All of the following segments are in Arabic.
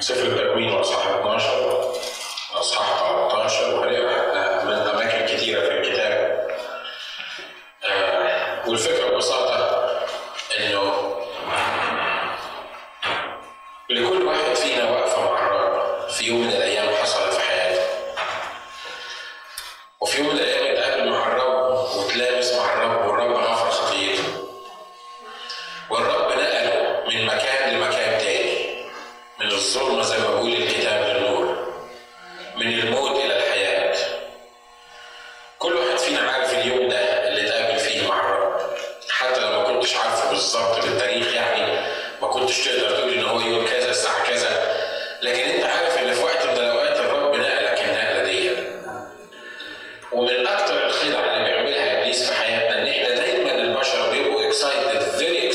سفر التكوين واصحاح 12 اصحاح 13 وهنقرا من اماكن كثيره في الكتاب. والفكره ببساطه انه لكل واحد فينا وقفه مع الرب في يوم من الايام حصلت في حياته، وفي يوم من الايام اتقابل مع الرب وتلامس مع الرب والرب غفر خطيئته، والرب نقله من مكان لمكان تاني، من الظلمه زي ما بيقول الكتاب للنور، من الموت الى الحياه. كل واحد فينا عارف اليوم ده اللي اتقابل فيه مع الرب، حتى لو ما كنتش عارفه بالظبط بالتاريخ، يعني ما كنتش تقدر تقول ان هو يوم كذا الساعه كذا، لكن انت عارف ان في وقت من الاوقات الرب نقلك النقله دي. ومن اكتر الخدع اللي بيعملها ابليس في حياتنا ان احنا دايما البشر بيبقوا فيري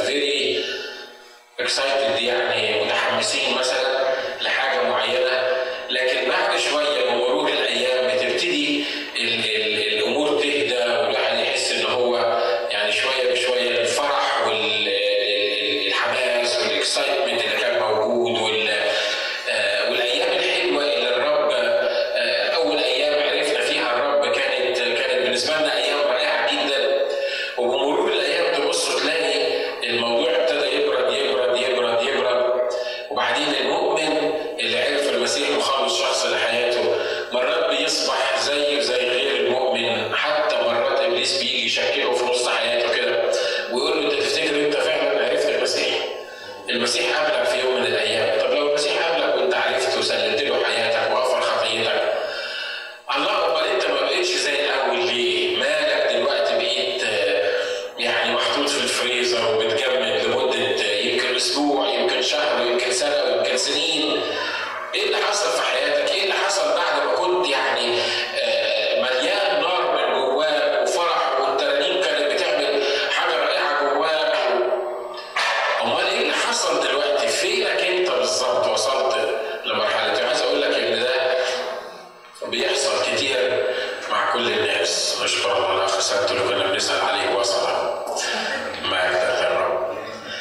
اكسايتد، يعني متحمسين مثلا لحاجه معينه، لكن بعد شويه بمرور الايام بتبتدي الامور تهدى والواحد يحس ان هو يعني شويه بشويه الفرح والحماس والاكسايتمنت اللي كان موجود والايام الحلوه اللي الرب اول ايام عرفنا فيها الرب كانت بالنسبه لنا ايام رائعه جدا. وبمرور الايام تبص تلاقي الموضوع ابتدى يبرد يبرد يبرد يبرد، وبعدين المؤمن اللي عرف المسيح مخلص شخص لحياته مرات بيصبح زي غير المؤمن. حتى مرات ابليس بيجي يشكله في نص حياته كده ويقول له انت تفتكر انت فعلا عرفت المسيح؟ المسيح قابلك في يوم من الايام. طب لو المسيح قابلك وانت عرفت وسلمت له حياتك وغفر خطيئتك، الله امال انت ما بقتش زي الاول ليه؟ مالك دلوقتي بقيت يعني محطوط في الفريزر وبتجمد لمده يمكن اسبوع يمكن شهر يمكن سنه ويمكن سنين؟ ايه اللي حصل في حياتك؟ ايه اللي حصل بعد ما كنت يعني مليان نار من جواك وفرح والترانيم كانت بتعمل حاجه رائعه جواك؟ امال ايه اللي حصل دلوقتي؟ فينك انت بالظبط؟ وصلت لمرحله عايز اقول لك ان ده بيحصل كتير مع كل الناس. نشكر الله الاخ سبت اللي كنا بنسال عليه وصل ما يقدر الرب.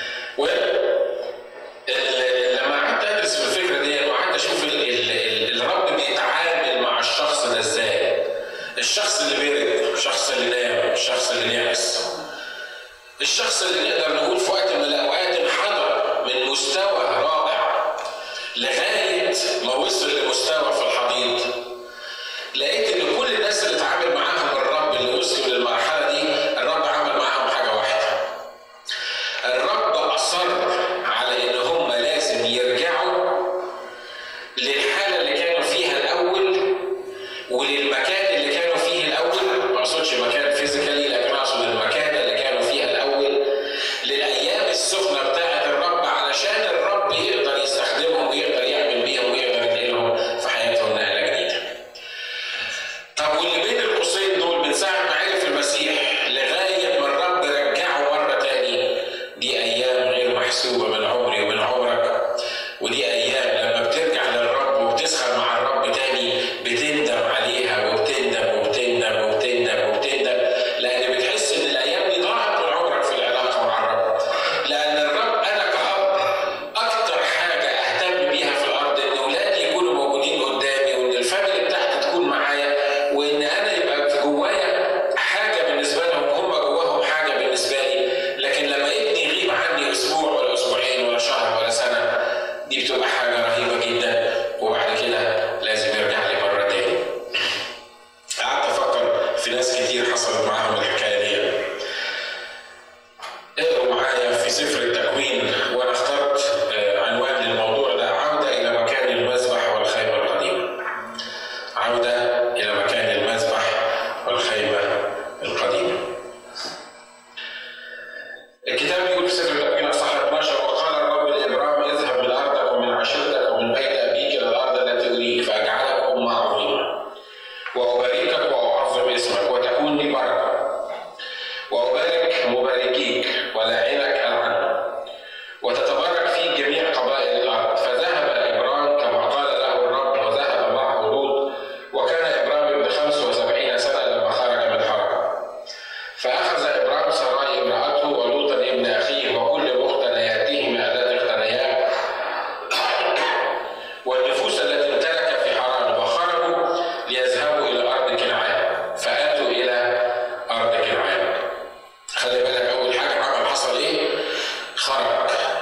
لما قعدت ادرس في الفكره دي وقعدت اشوف الرب بيتعامل مع الشخص ده ازاي، الشخص اللي بيرد، الشخص اللي نام، الشخص اللي نعس، الشخص اللي نقدر نقول في وقت من الاوقات انحدر من مستوى رائع لغايه ما وصل لمستوى في الحضيض. لقيت ان كل الناس اللي اتعامل معاهم الرب اللي وصلوا للمرحله دي الرب عمل معاهم حاجه واحده. الرب اصر على ان هم لازم يرجعوا للحاله اللي كانوا فيها الاول وللمكان اللي كانوا فيه الاول. ما اقصدش مكان فيزيكالي، لكن اقصد المكان اللي كانوا فيها الاول، للايام السخنه بتاعه الرب، علشان الرب يقدر يستخدمهم ويقدر يعمل بيهم ويقدر ينقلهم في حياتهم نقله جديده. طب واللي بين القوسين دول من ساعه ما عرف المسيح لغايه ما الرب رجعه مره تاني، دي ايام غير محسوبه من عمري ومن عمرك. ودي ايام لما بترجع للرب وبتسخن مع الرب تاني بتندم عليها وبتندم وبتندم وبتندم وبتندم، لان بتحس ان الايام دي ضاعت من عمرك في العلاقه مع الرب. لان الرب انا كأب اكتر حاجه اهتم بيها في الارض ان اولادي يكونوا موجودين قدامي، وان الفاميلي بتاعتي تكون معايا، وان انا يبقى في جوايا حاجه بالنسبه لهم هم جواهم حاجه بالنسبه لي. لكن لما ابني يغيب عني اسبوع ولا اسبوعين ولا شهر ولا سنه، دي بتبقى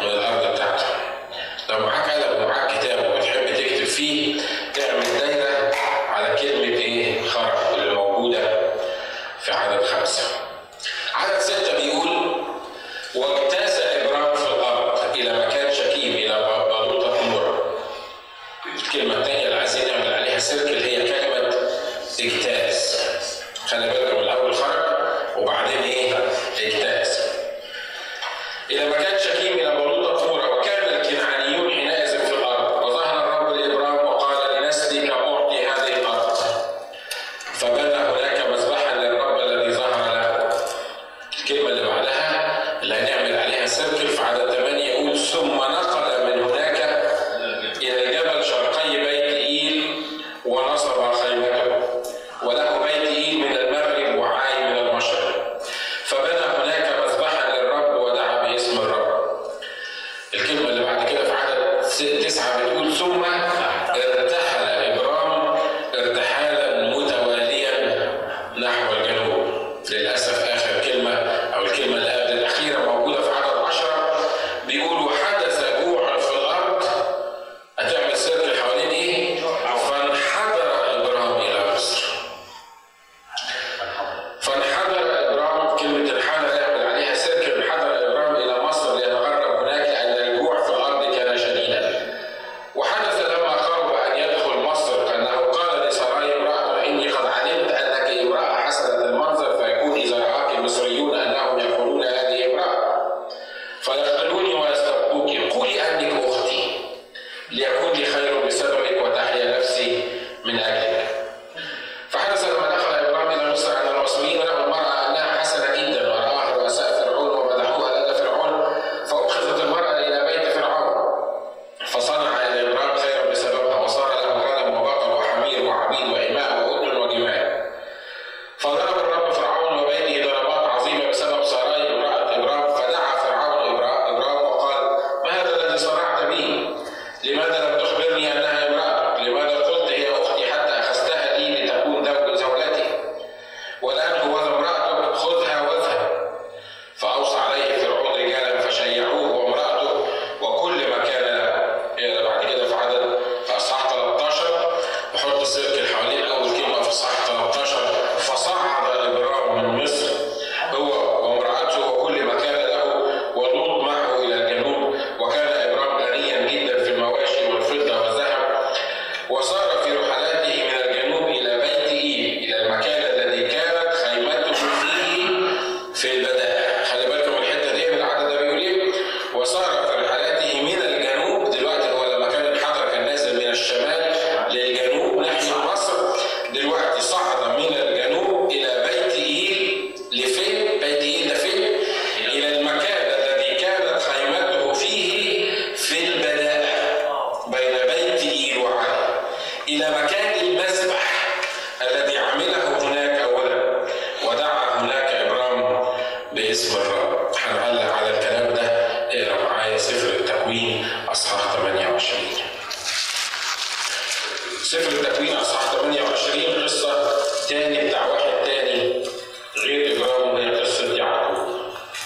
من الارض بتاعته. لو معاك قلم ومعاك كتاب وبتحب تكتب فيه، تعمل دايره على كلمه ايه؟ خرق، اللي موجوده في عدد 5. عدد 6 بيقول: واجتاز ابرام في الارض الى مكان شكيم، الى بلوطه نور. الكلمه الثانيه اللي عايزين نعمل عليها سيركل هي كلمه اجتاز. خلي بالكم، الاول خرج وبعدين ايه؟ اجتاز. الى مكان شكيم الى بلوطه نور. وكان الكنعانيون حينئذ في الارض، وظهر الرب لابرام وقال: لنسلك اعطي هذه الارض. فبنى هناك مذبحا للرب الذي ظهر له. الكلمه اللي بعدها اللي هنعمل عليها سيركل في عدد 8 يقول: ثم نقل من هناك الى الجبل شرقي بيت ايل ونصب خيمته، وله بيت ايل من المغرب وعاي من المشرق. فبنى هناك مذبحا للرب ودعا باسم الرب. الكلمه اللي بعد كده في عدد 9 بتقول: ثم ارتحل ابرام ارتحالا متواليا نحو الجنوب. للاسف اخر كلمه او الكلمه اللي قبل الاخيره موجوده في عدد 10 بيقول: وحدث جوع في الارض. هتعمل سيركل حوالين ايه؟ فانحدر ابرام الى مصر. فانحدر ابرام، كلمه انحدر يعمل عليها سيركل. انحدر ابرام الى مصر ليتغرب هناك لان الجوع في الارض كان شديدا. وحدث لما قرب ان يدخل مصر انه قال لسراي امراته: اني قد علمت انك امراه حسنه المنظر، فيكون اذا راك المصريون انهم يقولون هذه امراه فيقتلوني ويستبقوك. قولي انك اختي ليكون لي خير بسببك وتحيا نفسي من اجلك. فحدث لما دخل ابرام الى مصر ان المصريين راوا المراه انها حسنه جدا، ورآها رؤساء فرعون ومدحوها لدى فرعون، فاخذت المراه الى بيت فرعون. فصنع الى ابرام خيرا بسببها، وصار له غنم وبقر وحمير وعبيد وإماء وأذن وجمال. فضرب الرب فرعون وبيته ضربات عظيمه بسبب سراي امراه ابرام. فدعا فرعون ابرام وقال: ما هذا الذي صنعت به؟ لماذا لم تخبرني انها امرأتك؟ لماذا قلت هي اختي حتى اخذتها لي لتكون زوجتي؟ والان هو امرأتك، خذها واذهب. فاوصى عليه فرعون رجالا فشيعوه وامرأته وكل ما كان له. اقرا بعد كده في عدد في اصحاح 13 نحط السيركل حوالين اول كلمه في اصحاح 13: فصعد ابرام من مصر هو وامرأته وكل ما كان له ولوط معه الى الجنوب. وكان ابرام غنيا جدا في المواشي والفضه والذهب. وصار في رحلاته من الجنوب الى بيت ايل، الى المكان الذي كانت خيمته فيه في البدائع. خلي بالكم الحته دي من العدد ده بيقول ايه؟ وصار في رحلاته من الجنوب. دلوقتي هو لما كان انحدر كان نازل من الشمال للجنوب ناحيه مصر. دلوقتي صعد من الجنوب الى بيت ايل. لفين؟ بيت ايل ده فين؟ الى المكان الذي كانت خيمته فيه في البدائع بين بيت ايل وعاي، الى مكان المذبح الذي عمله هناك اولا، ودعا هناك ابرام باسم الرب. هنعلق على الكلام ده. اقرا معايا سفر التكوين اصحاح 28. سفر التكوين اصحاح 28 قصه تاني بتاع واحد تاني غير ابرام، وهي قصه يعقوب.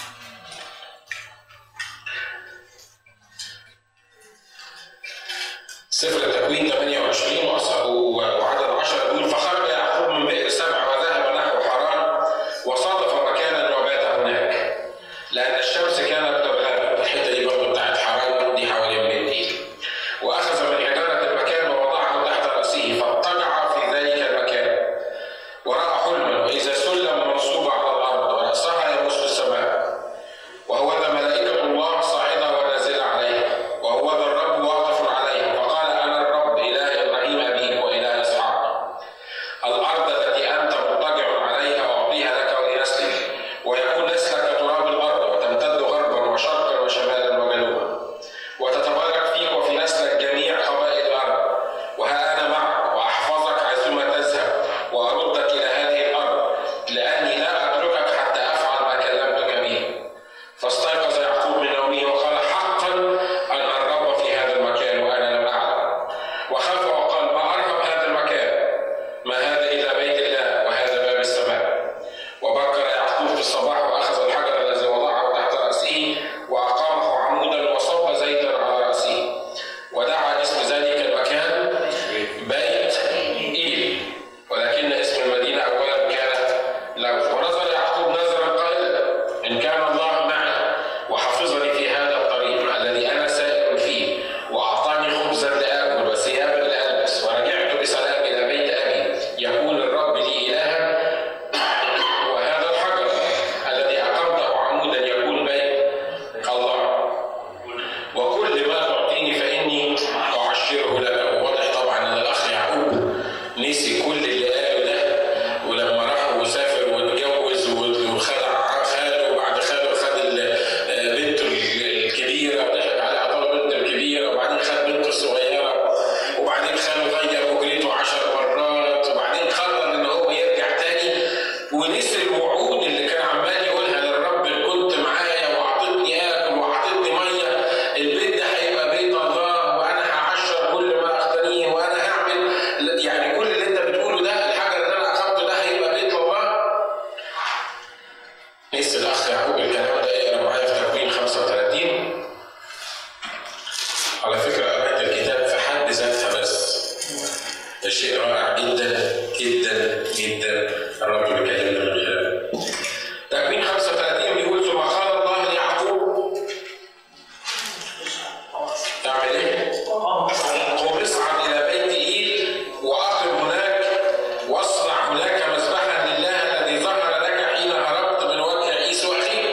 سفر التكوين 28 وعدد 10 يقول: فخرج يعقوب من بئر سبع وذهب نحو حران، وصادف مكانا وبات هناك لان الشمس كانت تغرب. الحته دي برضه بتاعت حران دي حوالين بيت ايل. واخذ من حجاره المكان ووضعه تحت راسه، فاضطجع في ذلك المكان وراى حلما، واذا سلم منصوب على الارض وراسها يبص السماء، وهو ذا ملائكه الله صاعده ونازله عليها، وهو ذا الرب واقف عليها. فقال: انا الرب اله ابراهيم ابيك واله اسحاق. على فكرة قراءة الكتاب في حد ذاتها بس ده شيء رائع جدا جدا جدا الرب بيكلمنا من خلاله. تكوين 35 بيقول ثم قال الله ليعقوب تعمل ايه؟ قم اصعد الى بيت ايل واقم هناك واصنع هناك مذبحا لله الذي ظهر لك حين هربت من وجه عيسو اخيك.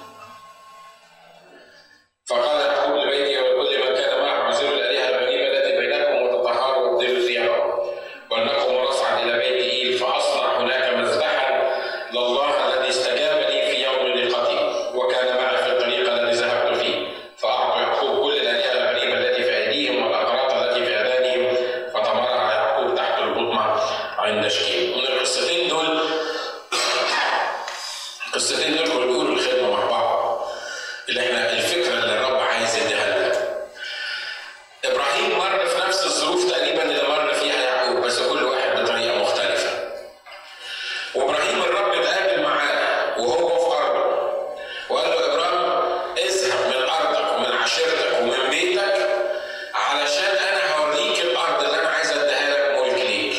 فقال يعقوب لبيته ولكل من كان معه عزير الالهه الغريبه التي بينكم وتطهروا وابذلوا ثيابكم ولنقم ونصعد الى بيت ايل فاصنع هناك مذبحا لله الذي استجاب لي في يوم لقتي وكان معي في الطريق الذي ذهبت فيه. فاعطوا يعقوب كل الالهه الغريبه التي في ايديهم والاقراط التي في اذانهم فتمرع يعقوب تحت البطمه عند شكيم. من القصتين دول كانوا بيقولوا الخدمه مع بعض اللي احنا الفكره اللي الرب عايز يديها لنا. ابراهيم مر في نفس الظروف تقريبا اللي مر فيها يعقوب بس كل واحد بطريقه مختلفه. وابراهيم الرب اتقابل معاه وهو في ارضه وقال له ابراهيم اذهب من ارضك ومن عشيرتك ومن بيتك علشان انا هوريك الارض اللي انا عايز اديها لك ملك ليك.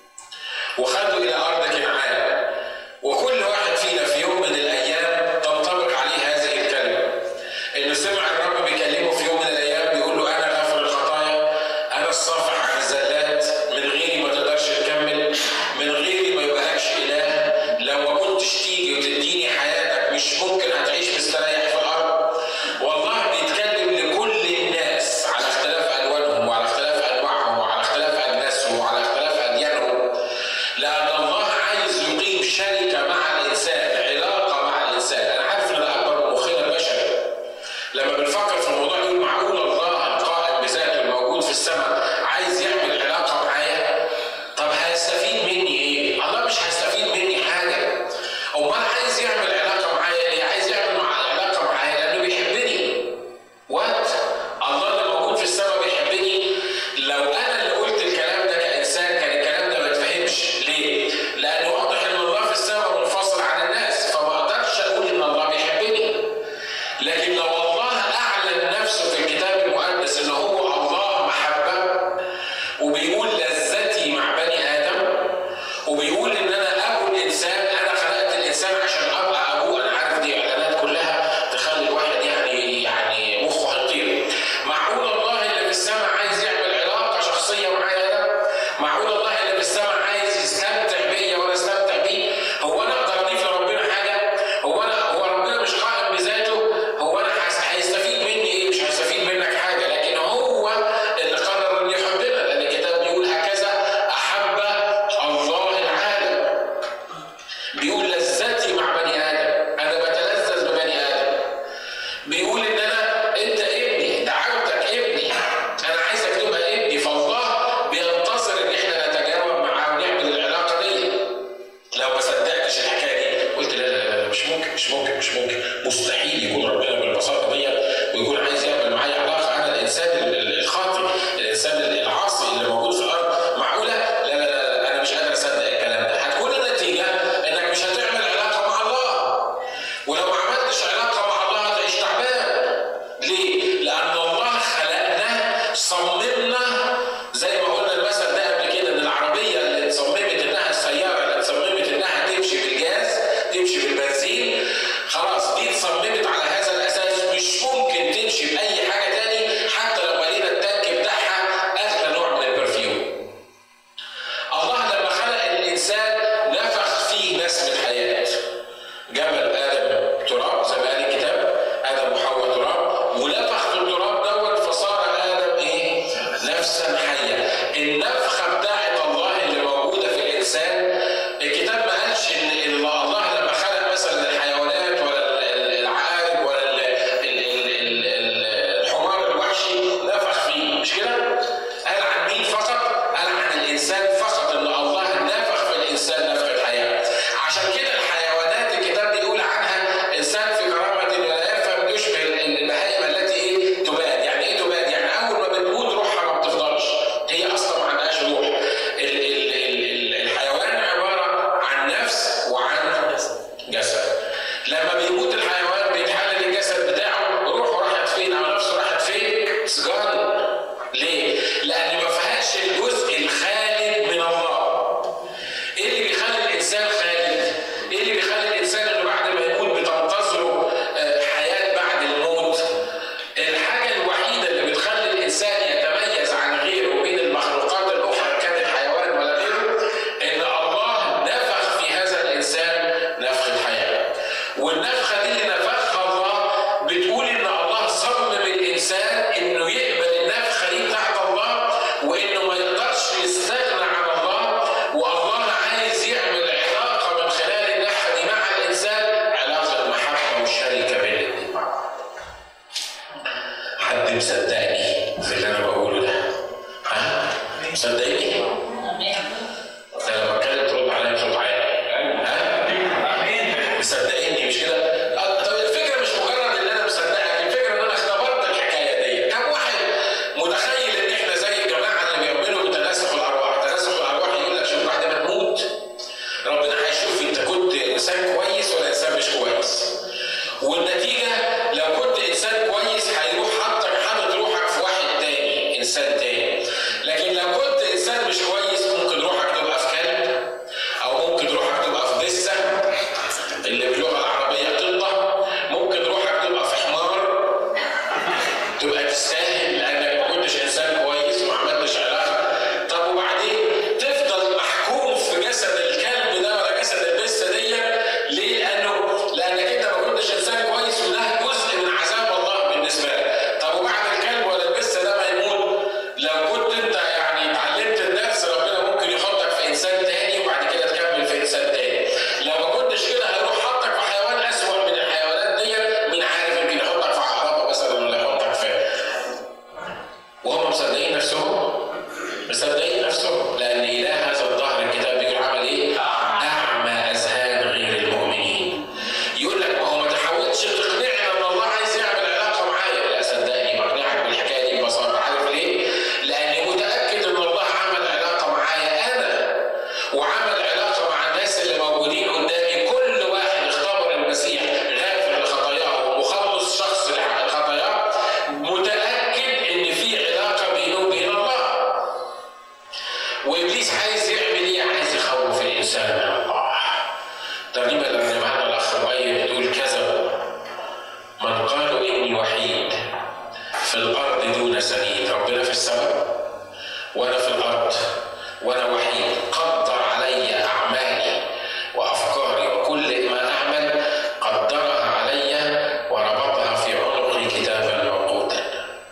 وخده الى ارض كنعان. وكل واحد فينا في يوم من الايام تنطبق عليه هذه الكلمه انه سمع الرب بيكلمه في يوم من الايام بيقول له انا غافر الخطايا، انا الصافح عن الزلات، من غيري ما تقدرش تكمل، من غيري ما يبقالكش اله، لو ما كنتش تيجي وتديني حياتك مش ممكن هتعيش مستريح في الارض. والله بيتكلم لكل الناس على اختلاف الوانهم وعلى اختلاف انواعهم وعلى اختلاف اجناسهم وعلى اختلاف اديانهم، لان الله عايز يقيم شركه مع الانسان، علاقه مع الانسان. انا عارف ان ده اكبر من مخنا البشري. لما بنفكر في الموضوع يقول معقول الله القائم بذاته الموجود في السماء عايز يعمل علاقه معايا؟ طب هيستفيد مني ايه؟ الله مش هيستفيد مني حاجه. امال عايز يعمل علاقه معايا ليه؟ عايز يعمل علاقه معايا لانه بيحبني. وات؟ الله اللي موجود في السماء بيحبني. لو انا اللي قلت الكلام ده كانسان كان الكلام ده ما يتفهمش. ليه؟ لانه واضح ان الله في السماء منفصل عن الناس فما اقدرش اقول ان الله بيحبني. لكن لو الله اعلن نفسه في الكتاب المقدس ان هو الله محبه وبيقول لذتي مع بني ادم وبيقول ان انا ابو الانسان، انا خلقت الانسان عشان ابقى ابوه. انا عارف دي اعلانات كلها تخلي الواحد يعني مخه هيطير. معقول الله اللي في السماء عايز يعمل علاقه شخصيه معايا انا؟ معقول الله اللي في السماء عايز يستمتع بيا وانا استمتع بيه؟ هو انا اقدر اضيف لربنا حاجه؟ هو ربنا مش قائم بذاته؟ هو انا هيستفيد مني ايه؟ مش هيستفيد منك حاجه. لكن هو اللي قرر ان يحبنا لان الكتاب بيقول هكذا احب الله العالم. بيقول لذتي مع بني ادم، انا بتلذذ ببني ادم. بيقول ان انت ابني، دعوتك ابني، انا عايزك تبقى ابني. فالله بينتظر ان احنا نتجاوب معاه ونعمل العلاقه دي. لو ما صدقتش الحكايه دي قلت لا مش ممكن مستحيل يكون ربنا بالبساطه دي ويكون عايز يعمل معايا علاقه. انا الانسان الخاطئ، الانسان العاصي اللي موجود في الارض، معقوله؟ لا انا مش قادر اصدق الكلام ده. هتكون النتيجه انك مش هتعمل علاقه مع الله. ولو ما عملتش علاقه مع الله هتعيش تعبان. ليه؟ لان الله خلقنا صممنا زي ما قلنا المثل ده قبل كده ان العربيه اللي اتصممت انها السياره اللي اتصممت انها تمشي بالجاز تمشي بالبنزين خلاص دي اتصممت على هذا الاساس مش ممكن تمشي باي حاجه تاني حتى لو ملينا التانك بتاعها اغلى نوع من البرفيوم. الله لما خلق الانسان نفخ فيه نسمه حياه. جبل ادم تراب زي ما قال الكتاب، ادم وحواء تراب، ونفخ في التراب دوت فصار ادم ايه؟ نفسا حيه. النفخه بتاعت الله اللي موجوده في الانسان الكتاب ما قالش ان الله لما خلق مثلا الحيوانات ولا العقارب ولا الحمار الوحشي نفخ فيه، مش كده؟ قال عن مين فقط؟ قال عن الانسان فقط ان الله نفخ في الانسان نفخه حياه. عشان كده الحيوانات الكتاب بيقول عنها انسان في كرامه ولا يفهم يشبه البهائم التي ايه؟ تباد. يعني ايه تباد؟ يعني اول ما بتموت روحها ما بتفضلش، هي اصلا ما عندهاش روح. مصدقني في اللي انا بقوله ده؟ ها؟ مصدقني؟ انت لما اتكلم ترد عليا بصوت عالي. ها؟ مصدقني مش كده؟ طب الفكره مش مجرد ان انا مصدقك، الفكره ان انا اختبرت الحكايه دي. كم واحد متخيل ان احنا زي الجماعه اللي بيعملوا بتناسخ الارواح؟ تناسخ الارواح يقول لك شوف بعد ما تموت ربنا هيشوف انت كنت انسان كويس ولا انسان مش كويس. والنتيجه لو كنت انسان كويس هيروح حاطط روحك في واحد تاني، انسان تاني. لكن لو كنت انسان مش كويس ممكن روحك تبقى في كلب، او ممكن روحك تبقى في دسه اللي باللغه العربيه طلة، ممكن روحك تبقى في حمار تبقى تستاهل لانك ما كنتش انسان كويس وما عملتش علاقه. طب وبعدين تفضل محكوم في جسد الكلب ده ولا جسد الدسه دي ليه؟ لانك انت ما كنتش انسان كويس، وده جزء من عذاب الله بالنسبه لك. طب وبعد الكلب ولا الدسه ده ما يموت، لو كنت انت يعني اتعلمت الدرس ربنا ممكن يحطك في انسان تاني وبعد كده تكمل في انسان تاني. لو ما كنتش كده هيروح حطك في حيوان اسوأ من الحيوانات دي، مين عارف يمكن يحطك في عقربه مثلا ولا يحطك في. وهم مصدقين نفسهم، مصدقين نفسهم، لان اله هذا الظهر الكتاب بيقول عمل ايه؟ اعمى اذهان غير المؤمنين. يقول لك ما هو ما تحاولش تقنعني ان الله عايز يعمل علاقه معايا. لا صدقني بقنعك بالحكايه دي ببساطه. عارف ليه؟ لاني متاكد ان الله عمل علاقه معايا انا، وعمل علاقه مع الناس اللي موجودين قدامي. كل واحد اختبر المسيح غافر لخطاياه ومخلص شخص لخطاياه، متاكد ان في علاقه بينه وبين الله. وابليس عايز يعمل ايه؟ عايز يخوف الانسان من الله. تقريبا لما معنا الاخ مؤيد بتقول كذا: من قالوا اني وحيد في الارض دون سنيد. ربنا في السماء وانا في الارض وانا وحيد. قدر علي اعمالي وافكاري وكل ما اعمل قدرها علي وربطها في عنقي كتابا موقوتا.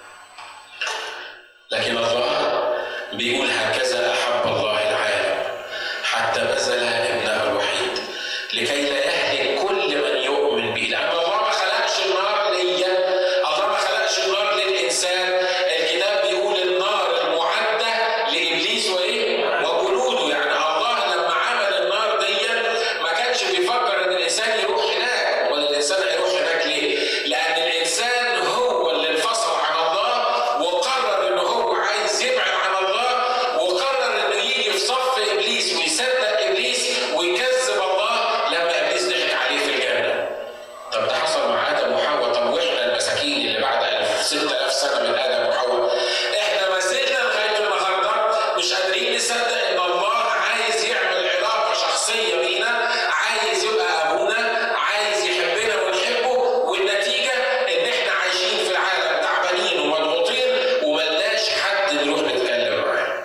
لكن الله بيقول هكذا احب الله العالم حتى بذل ابنه الوحيد لكي لا يهلك كل من يؤمن به. لان الله ما خلقش النار ليا، الله ما خلقش النار للانسان. الكتاب بيقول النار المعده لابليس وايه؟ وجنوده. يعني الله لما عمل النار دي ما كانش بيفكر ان الانسان يروح هناك. ولا الانسان هيروح هناك ليه؟ لان الانسان هو اللي انفصل عن الله وقرر ان هو عايز يبعد عن الله، وقرر انه يجي في صف ابليس ويصدق ابليس ويكذب الله لما ابليس ضحك عليه في الجنه. طب ده حصل مع ادم وحواء. طب واحنا المساكين اللي بعد 6000 سنه من ادم وحواء احنا ما زلنا لغايه النهارده مش قادرين نصدق ان الله عايز يعمل علاقه شخصيه بينا، عايز يبقى ابونا، عايز يحبنا ونحبه. والنتيجه ان احنا عايشين في العالم تعبانين ومضغوطين وملناش حد نروح نتكلم معاه.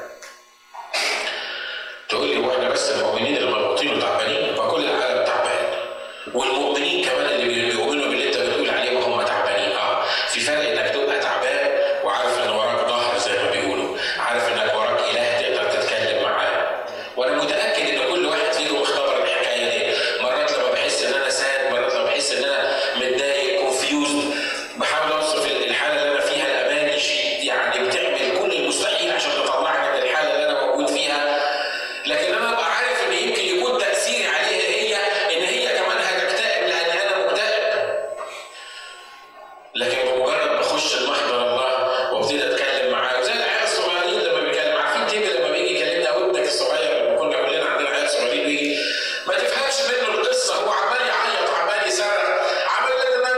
تقول لي واحنا بس المؤمنين اللي مضغوطين وتعبانين؟ ما كل العالم تعبان، والمؤمنين كمان اللي بيؤمنوا باللي انت بتقول عليه وهم تعبانين. في فرق انك تبقى تعبان وعارف ان وراك ظهر زي ما بيقولوا، عارف انك وراك اله تقدر تتكلم معاه. وانا متاكد ان كل واحد فيكم اختبر الحكايه دي. مرات لما بحس ان انا ساد، مرات لما بحس ان انا متضايق كونفيوزد، بحاول اوصف الحاله اللي انا فيها الاماني يعني بتعمل كل المستحيل عشان تطلعني من الحاله اللي انا موجود فيها. لكن انا ابقى عارف ان يمكن يكون تاثيري عليها هي ان هي كمان هتكتئب لان انا مكتئب. لكن بمجرد بخش المحضر الله وابتدي اتكلم معاه زي العيال الصغيرين لما بيتكلم. عارفين تيجي لما بيجي يكلمنا ابنك الصغير لما كنا كلنا عندنا عيال صغيرين بيجي ما تفهمش منه القصه، هو عمال يعيط وعمال يصرخ عمال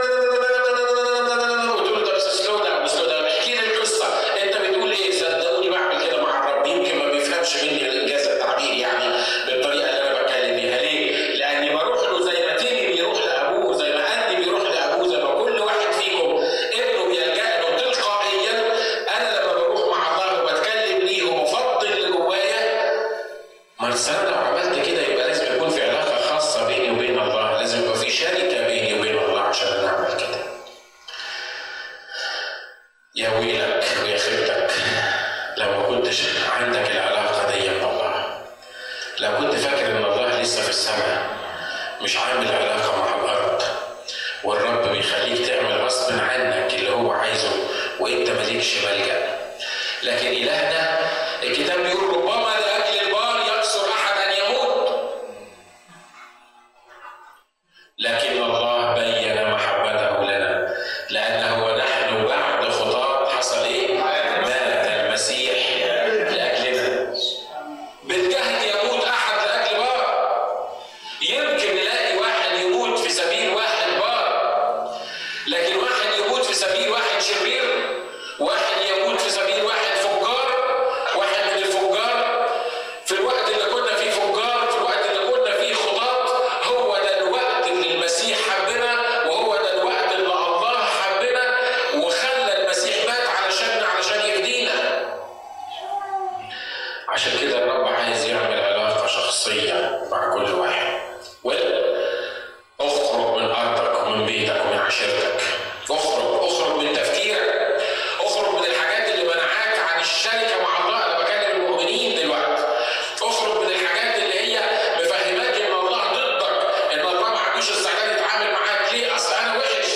وتقول له طب سلو داون سلو داون احكي لي القصه، انت بتقول ايه؟ صدقوني بعمل كده مع الرب. يمكن ما بيفهمش مني الانجاز التعبير يعني بالطريقه اللي انا بتكلم بيها. ليه؟ لاني بروح له زي ما تيجي بيروح لابوه، زي ما قدي بيروح لابوه، زي ما كل واحد فيكم ابنه بيلجأ له تلقائيا. انا لما بروح مع الله وبتكلم ليه وبفضل اللي جوايا. ما الانسان لو عملت كده يبقى لازم يكون في علاقه خاصه بيني وبين الله، لازم يبقى في شركه بيني وبين الله عشان انا اعمل كده. يا ويلك ويا خيبتك لو ما كنتش عندك العلاقه دي مع الله. لو كنت فاكر ان الله لسه في السماء مش عامل علاقه مع الارض، والرب بيخليك تعمل غصب عنك اللي هو عايزه وانت مالكش ملجأ. لكن إلهنا الكتاب بيقول ربما لأجل البار يقصر أحد أن يموت، لكن الله بين محبته لنا لأنه ونحن بعد خطاة حصل إيه؟ مات المسيح لأجلنا. بالجهد يموت أحد لأجل بار. يمكن نلاقي واحد يموت في سبيل واحد بار، لكن واحد يموت في سبيل واحد شرير، واحد يموت في سبيل واحد فجار، واحد من الفجار. في الوقت اللي كنا فيه فجار، في الوقت اللي كنا فيه خطاة، هو ده الوقت اللي المسيح حبنا، وهو ده الوقت اللي الله حبنا وخلى المسيح مات علشاننا علشان يهدينا. عشان كده الرب عايز يعمل علاقة شخصية مع كل واحد. اخرج من ارضك ومن بيتك ومن عشيرتك. اخرج من تفكيرك. اخرج من الحاجات اللي منعاك عن الشركة مع الله. انا بكلم المؤمنين دلوقتي. اخرج من الحاجات اللي هي مفهماك ان الله ضدك، ان الله ما عندوش استعداد يتعامل معاك. ليه؟ اصل انا وحش.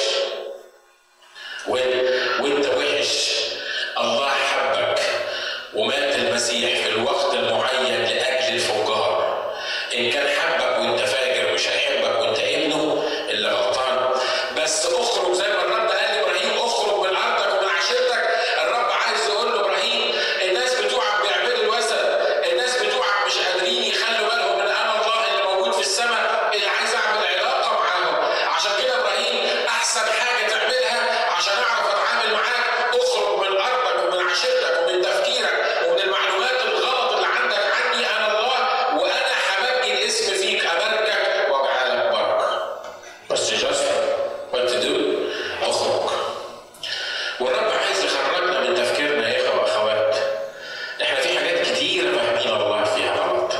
وانت وحش. الله حبك ومات المسيح في الوقت المعين لأجل الفجار. إن كان حبك وانت فاجر مش هيحبك وانت ابنه اللي غلطان. بس اخرج زي ما الرب قال لإبراهيم، اخرج من أرضك ومن عشيرتك. الرب عايز يقول له إبراهيم الناس بتوعك بيعبدوا الوثن، الناس بتوعك مش قادرين يخلوا بالهم من أنا الله اللي موجود في السماء اللي عايز أعمل علاقة معاهم. عشان كده إبراهيم أحسن حاجة تعملها عشان أعرف أتعامل معاك، اخرج من أرضك ومن عشيرتك ومن تفكيرك ومن المعلومات الغلط اللي عندك عني أنا الله، وأنا همجد اسم فيك، أباركك وأجعلك بركة. بس just what to do. اخرج. والرب عايز يخرجنا من تفكيرنا يا إخوة وأخوات. إحنا في حاجات كتير فاهمين الله فيها غلط،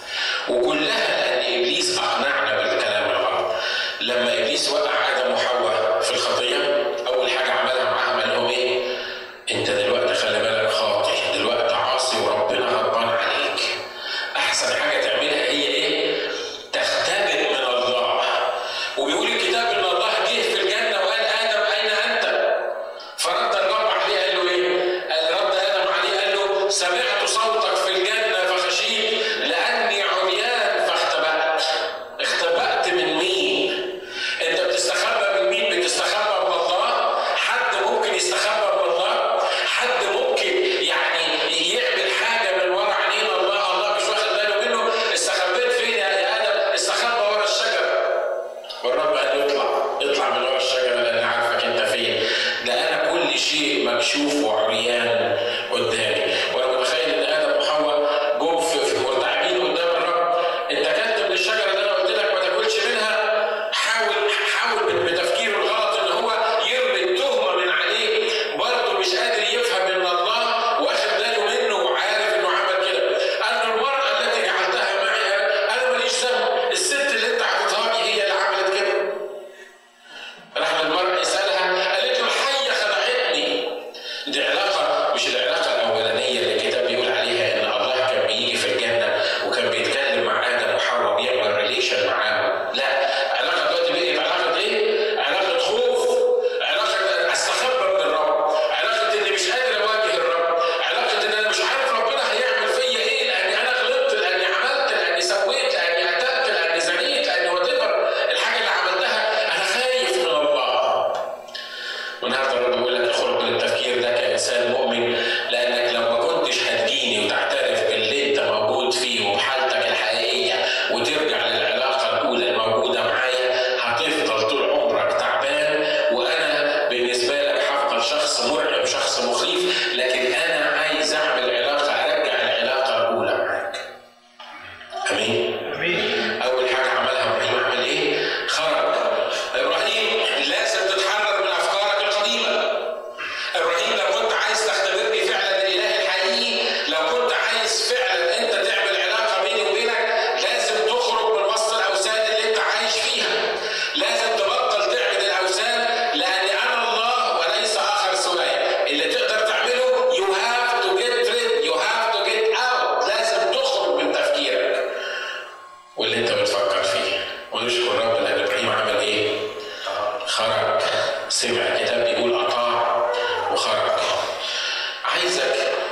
وكلها لأن إبليس أقنعنا بالكلام الغلط. لما إبليس وقع آدم وحواء في الخطية، أول حاجة عملها معاهم قال لهم إيه؟ أنت دلوقتي خلي بالك خاطئ، دلوقتي عاصي وربنا غضبان عليك. أحسن حاجة تعملها هي إيه؟ تختبئ من الله. وبيقول الكتاب إن الله جه في الجنة وقال آدم أين أنت؟ فرد الرب عليه قال له إيه؟ رد آدم عليه قال له سمعت صوتك في الجنة فخشيت لأني عريان فاختبأت. اختبأت من مين؟ أنت بتستخبى من مين؟ بتستخبى من الله؟ حد ممكن يستخبى من الله؟ حد ممكن يعني يعمل حاجة من ورا عينين الله؟ الله مش واخد باله منه؟ استخبيت فين يا آدم؟ استخبى ورا الشجرة. والرب قال له اطلع من ورا الشجرة لأن عارفك أنت فين. ده أنا كل شيء مكشوف وعريان قدامي. وأنا متخيل إن آدم وحواء جم في مرتعبين قدام الرب. أنت أكلت من الشجرة ده أنا قلت لك ما تاكلش منها. حاول بتفكيره الغلط إن هو يرمي التهمة من عليه. برضه مش قادر يفهم إن الله واخد باله منه وعارف إنه عمل كده. أن المرأة التي جعلتها معي أنا ماليش ذنب، الست اللي أنت عطيتها لي هي اللي عملت كده. راح المرأة يسألها قالت له الحية خدعتني. دي علاقة مش العلاقة الأولانية اللي الكتاب بيقول عليها إن الله كان بيجي في الجنة وكان بيتكلم مع آدم وحواء بيعمل ريليشن معاهم. لا، علاقة دلوقتي بقت علاقة إيه؟ علاقة خوف، علاقة أستخبى من الرب، علاقة إني مش قادر أواجه الرب، علاقة إن أنا مش عارف ربنا هيعمل فيا إيه لأني أنا غلطت، لأني عملت، لأني سويت، لأني قتلت، لأني زنيت، لأني whatever الحاجة اللي عملتها أنا خايف من الله. والنهارده الرب بيقول لك اخرج من التفكير ده كإنسان مؤمن، لأن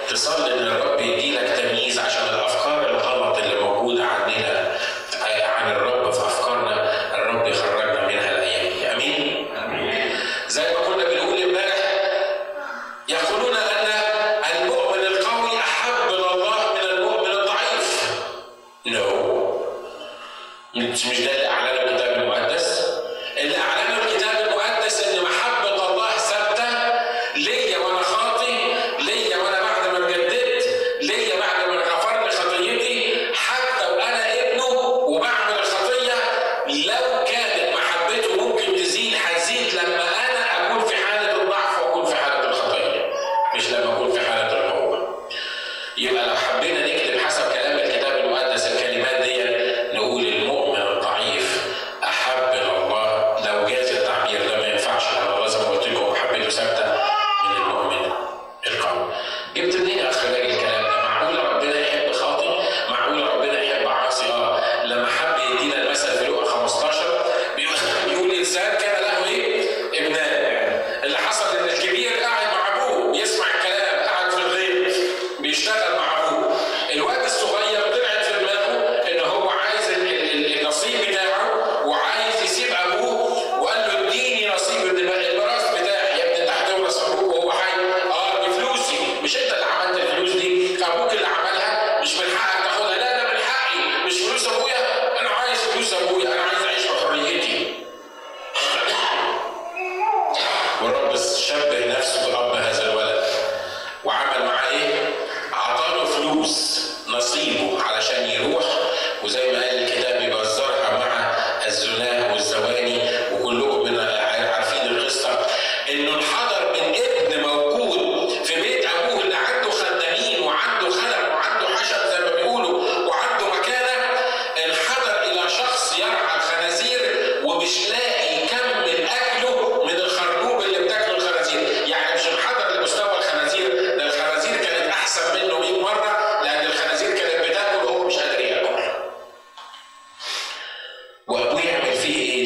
تصلي ان الرب يديلك تمييز عشان الافكار الغلط اللي موجوده عننا عن الرب في افكارنا، الرب يخرجنا منها الايام دي. امين؟ امين. زي ما كنا بنقول امبارح، يقولون ان المؤمن القوي احب الى الله من المؤمن الضعيف. مش ده اللي اعلنه الكتاب المقدس. اللي اعلنه الكتاب المقدس ان محبه الله ثابته ليا وانا خاطي، ليا وانا بعد ما اتجددت، ليا بعد ما غفرت خطيتي، حتى وانا ابنه وبعمل الخطيه. لو كانت محبته ممكن تزيد، هتزيد لما انا اكون في حاله الضعف واكون في حاله الخطيه، مش لما اكون في حاله القوه. يبقى لو حبينا نكتب حسب كلام الكتاب المقدس الكلمات دي، نقول المؤمن الضعيف احب الى الله. لو جاز التعبير ده ما ينفعش، لانه لازم قلت لكم محبته ثابته من المؤمن القوي. جبت منين اخلاق الكلام ده؟ معقول ربنا يحب خاطئ؟ معقول ربنا يحب عاصي؟ لما حب يدينا المثل في لوقا 15 بيقول انسان كان له ابنان. اللي حصل ان الكبير قاعد مع ابوه بيسمع الكلام، قاعد في الغيط بيشتغل مع ابوه. الواد الصغير طلعت في دماغه ان هو عايز النصيب بتاعه وعايز يسيب ابوه، وقال له اديني نصيب الميراث بتاعي. يا ابني انت هتورث ابوك وهو حي. بفلوسي. مش انت اللي عملت الفلوس دي، ابوك اللي عملها، مش من حقك تاخدها. لا ده من حقي، مش فلوس ابويا، انا عايز فلوس ابويا، انا عايز اعيش بحريتي. والرب شبه نفسه بأب هذا الولد وعمل معاه ايه؟ عطاله فلوس نصيبه علشان يروح، وزي ما قال الكتاب يبذرها مع الزناه والزواني. وكلكم عارفين القصه، انه انحدر من ابن موجود في بيت ابوه اللي عنده خدامين وعنده خدم وعنده حشب زي ما بيقولوا وعنده مكانه، انحدر الى شخص يرعى الخنازير ومش لاقي يكمل اكله من الخرنوب اللي بتاكله الخنازير. يعني مش انحدر لمستوى الخنازير، ده الخنازير كانت احسن منه 100 مره، لان الخنازير كانت بتاكل وهو مش قادر ياكل. وابوه يعمل فيه ايه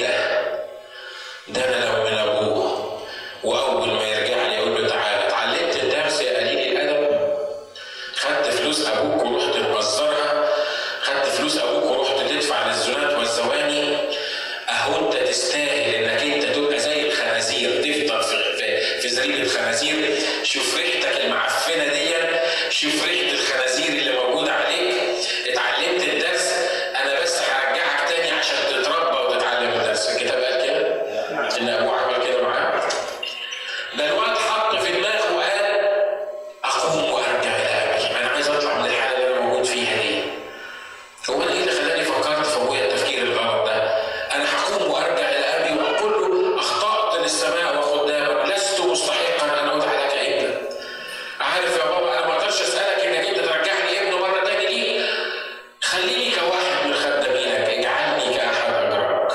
ده انا لو من ابوه، واول ما يرجع لي يقول له تعالى اتعلمت الدرس يا قليل الادب؟ خدت فلوس ابوك ورحت تبذرها، خدت فلوس ابوك ورحت تدفع للزنات والزواني. اهو انت تستاهل انك انت تبقى زي الخنازير، تفضل في زريبه الخنازير. شوف ريحتك المعفنه دي، شوف ريحه الخنازير اللي موجوده عليك. اتعلمت الدرس، انا بس هرجعك تاني عشان تتربى وتتعلم الدرس. الكتاب قال كده ان ابوه عمل كده معاه. ده الواد حط في دماغه وقال اقوم وارجع الى ابي. انا عايز اطلع من الحاله اللي انا موجود فيها دي. هو انا ايه اللي خلاني فكرت في ابويا التفكير الغلط ده؟ انا هقوم وارجع الى ابي واقول له اخطات للسماء وخدامك، لست مستحقا ان ادعى لك ابنا. عارف يا بابا، انا ما اقدرش اسالك انك انت ترجعني ابنه مره تاني ليه. خليني كواحد من خدامينك، اجعلني كاحد اجرك.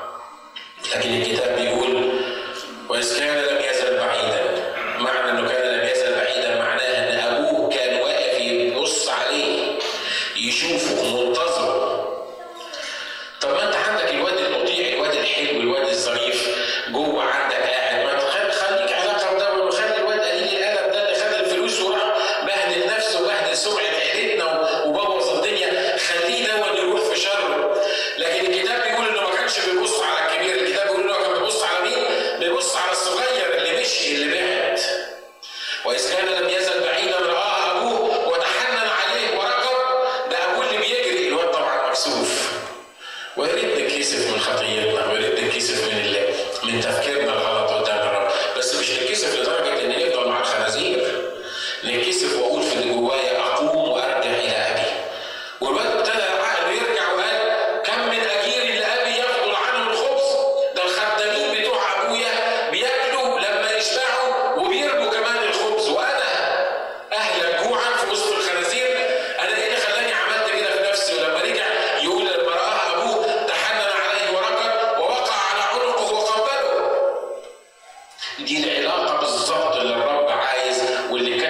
لكن الكتاب بيقول واذ كان لم يزل بعيدا. معنى انه كان لم يزل بعيدا معناه ان ابوه كان واقف يبص عليه، يشوفه، منتظره. طب ما انت عندك الواد المطيع، الواد الحلو، الواد الظريف جوه عندك قاعد. ما خليك علاقه بده، وخلي الواد قليل الادب ده اللي خد الفلوس وراح بهدل نفسه وبهدل سمعه عيلتنا وبوظ الدنيا، خليه ده يروح في شره. لكن الكتاب بيقول انه ما كانش بيبص على الكبير، الكتاب بيقول انه كان بيبص على مين؟ بيبص على الصغير اللي مشي، اللي بعد. واذ كان لم يزل بعيدا رآه ابوه وتحنن عليه ورغب. ده ابوه اللي بيجري، الواد طبعا مكسوف. ويا ريت نتكسف من خطيتنا، ويا ريت نتكسف من تفكيرنا الغلط قدام الرب، بس مش نتكسف لدرجه ان نفضل مع الخنازير. نتكسف واقول في اللي جوايا اقوم وارجع الى ابي. والواد ابتدى عقله يرجع وقال كم من اجير لابي يفضل عنه الخبز. ده الخدامين بتوع ابويا بياكلوا لما يشبعوا وبيرموا كمان الخبز، وانا اهلك جوعا في وسط الخنازير. انا ايه اللي خلاني عملت كده في نفسي؟ ولما رجع يقول لما رآه ابوه تحنن عليه وركض ووقع على عنقه وقبله. دي العلاقه بالظبط اللي الرب عايز واللي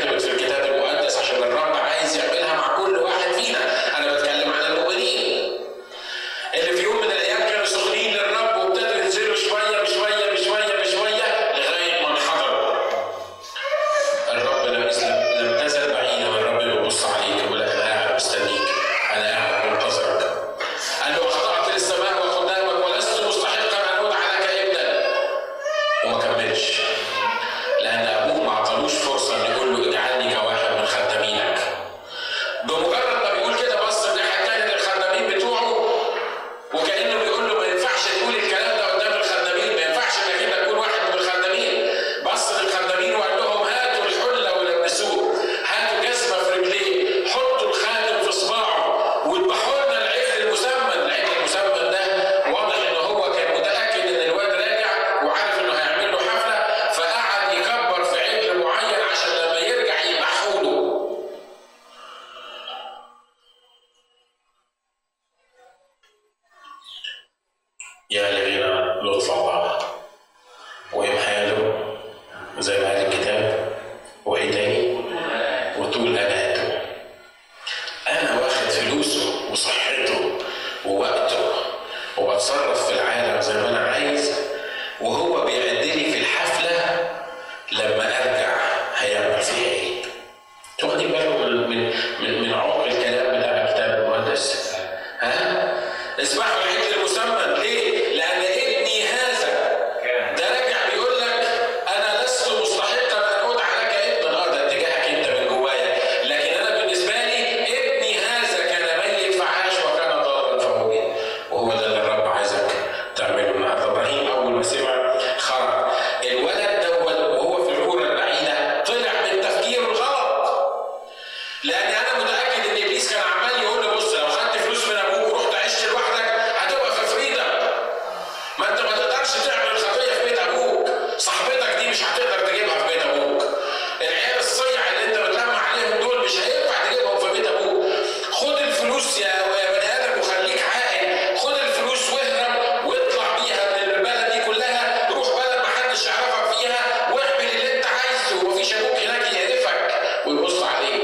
طول أناته. أنا واخد فلوسه وصحته ووقته وبتصرف في العالم زي ما أنا عايز، وهو بيعدلي في الحفلة لما أرجع هيعمل فيها إيه؟ تاخدين بالكم من عمق الكلام بتاع كتاب المقدس؟ اسمحوا العيد المسمى ليه؟ لأن ابني هذا ده راجع بيقول لك أنا لست مستحقا أن أدعى لك ابنا. ده اتجاهك أنت من جوايا، لكن أنا بالنسبة لي ابني هذا كان ميت فعاش وكان ضالا فوجد. وهو ده اللي الرب عايزك تعمله النهارده. إبراهيم أول ما سمع خرج. الولد دوت وهو في الكورة البعيدة طلع من تفكيره الغلط، لأن أنا متأكد إن إبليس كان عمال يقول له بص لو خدت فلوس من أبوك ورحت عشت لوحدك هتبقى في فريدة. ما أنت ما تقدرش تعمل خطية في بيت أبوك، صاحبتك دي مش هتقدر تجيبها في بيت أبوك، العيال الصيع اللي أنت بتلمع عليهم دول مش هينفع تجيبهم في بيت أبوك. خد الفلوس يا بني آدم وخليك عاقل، خد الفلوس واهرب واطلع بيها من البلد دي كلها، روح بلد ما حدش يعرفك فيها واعمل اللي أنت عايزه، ومفيش أبوك هناك يعرفك ويبص عليك.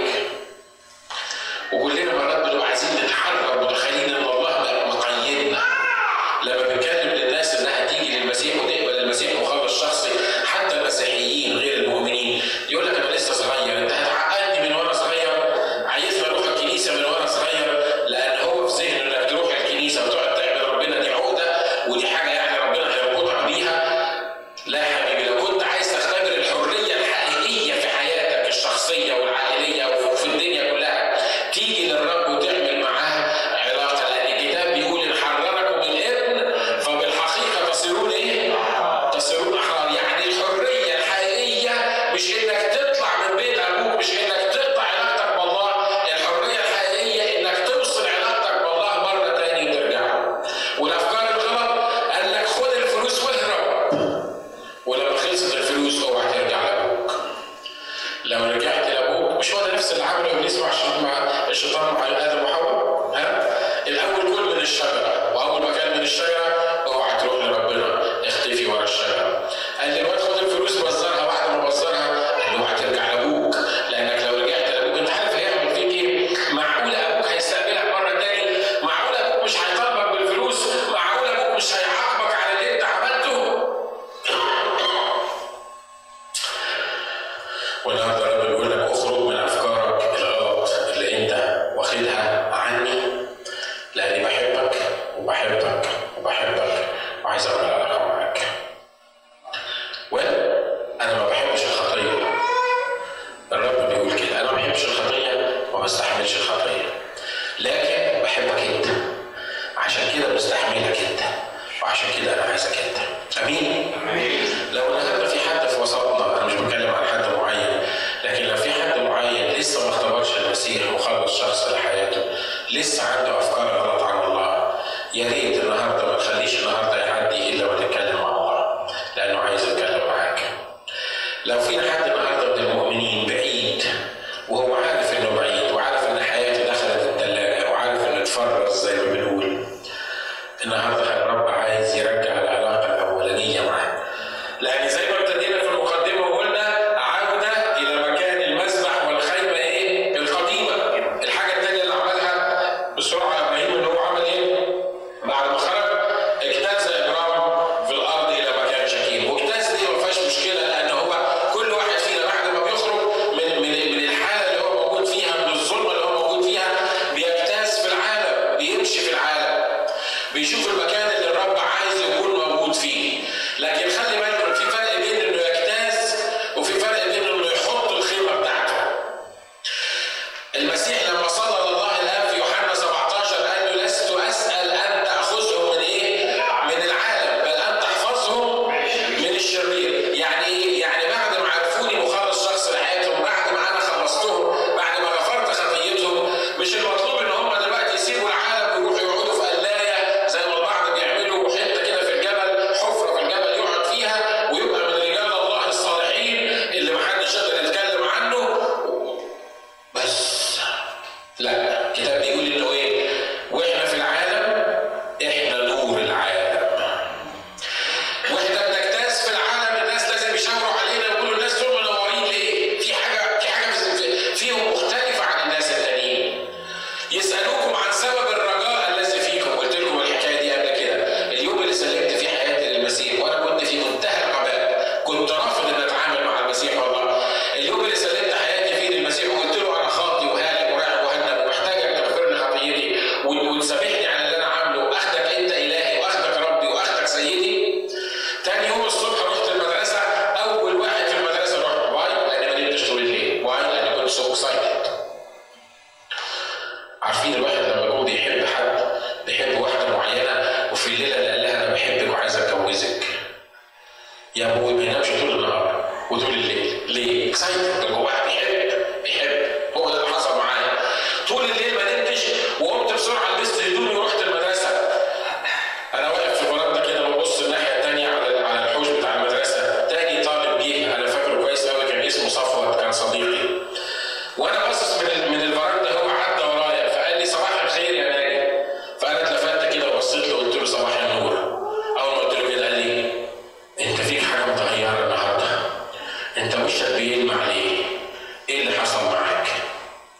وكلنا مرات بنبقى عايزين نتحرر متخيلين ان الله مقيدنا. لما بنتكلم للناس انها تيجي للمسيح وتقبل المسيح مخلص شخصي، حتى المسيحيين غير المؤمنين يقول لك انا لسه صغير، انت هتعقدني من وانا صغير، عايزني اروح الكنيسه من وانا صغير، لان هو في ذهنه انك تروح الكنيسه وتقعد تعبد ربنا دي عقده ودي حاجه يعني ربنا هيربطك بيها. لا يا حبيبي، لو كنت عايز تختبر الحريه الحقيقيه في حياتك الشخصيه والعائليه وفي الدنيا كلها، تيجي للرب وتعمل معاه علاقه، لان الكتاب بيقول ان حرركم الابن فبالحقيقه تصيرون ايه؟ تصيرون احرار. يعني الحريه الحقيقيه مش انك تطلع من بيت ابوك، مش انك تقطع علاقتك بالله، الحريه الحقيقيه انك توصل علاقتك بالله مره تاني وترجع له. والافكار الغلط قال لك خد الفلوس واهرب، ولما خلصت الفلوس اوعى ترجع لابوك. لو رجعت لابوك مش هو ده نفس اللي عمله ابليس مع الشيطان مع ادم وحواء؟ الاول كل من الشجره، واول ما كان من الشجره اوعى تروح لربنا، اختفي ورا الشجره. قال لي الواد خد الفلوس بزرها، بعد ما بزرها قال له اوعى ترجع لابوك، لانك لو رجعت لابوك انت عارف هيعمل فيك ايه؟ معقوله ابوك هيستقبلك مره تاني؟ معقوله ابوك مش هيطالبك بالفلوس؟ معقوله ابوك مش هيعاقبك على اللي انت عملته؟ والنهارده الرب بيقول لك اخرج من افكارك الغلط اللي انت واخدها عني، لاني بحبك وبحبك وبحبك وعايز اعمل علاقه معاك. وانا ما بحبش الخطيه. الرب بيقول كده، انا ما بحبش الخطيه وما بستحملش الخطيه، لكن بحبك انت، عشان كده بستحملك انت، وعشان كده انا عايزك انت. امين؟ لو النهارده في حد في وسطنا، انا مش بتكلم عن حد معين، لكن لو في حد معين لسه ما اختبرش المسيح مخلص شخص لحياته، لسه عنده افكار غلط عن الله، يا ريت النهارده ما تخليش النهارده يعدي الا ما تتكلم مع الله، لانه عايز يتكلم معاك. لو في حد النهارده من المؤمنين بعيد وهو عارف انه بعيد، وعارف ان حياته دخلت الثلاجه، وعارف انه اتفرز زي ما بنقول، النهارده الرب عايز يرجع العلاقه الاولانيه معاه. لان زي ما ابتدينا في المقدمه وقلنا عوده الى مكان المسبح والخيمه ايه؟ القديمه. الحاجه الثانيه اللي عملها بسرعه ابراهيم ان هو عمل ايه؟ بعد ما خرج اجتاز ابرام في الارض الى مكان شكيم. واجتاز دي ما فيهاش مشكله، لان هو كل واحد فينا بعد ما بيخرج من الحاله اللي هو موجود فيها، من الظلمه اللي هو موجود فيها، بيجتاز في العالم، بيمشي في العالم، بيشوف المكان اللي الرب عايز يكون موجود فيه. لكن خلي بالكم في فرق بين انه يجتاز وفي فرق بين انه يحط الخيمه بتاعته. المسيح لما صلى لله الاب في يوحنا 17 قال له لست اسال ان تاخذهم من ايه؟ من العالم، بل ان تحفظهم من الشرير. يعني ايه؟ يعني بعد ما عرفوني مخلص شخص لحياتهم، بعد ما انا خلصتهم، بعد ما غفرت خطيتهم، مش المطلوب ان هم دلوقتي يسيبوا العالم ويروحوا يقعدوا في قلايه زي ما البعض بيعملوا، حته كده في الجبل، حفره في الجبل يقعد فيها ويبقى من رجال الله الصالحين اللي محدش يقدر يتكلم عنه بس. لا، الكتاب بيقول انه ايه؟ واحنا في العالم احنا نور العالم، واحنا بنجتاز في العالم. الناس لازم يشاوروا علينا ويقولوا الناس دول منورين ليه؟ في حاجه فيهم مختلفه.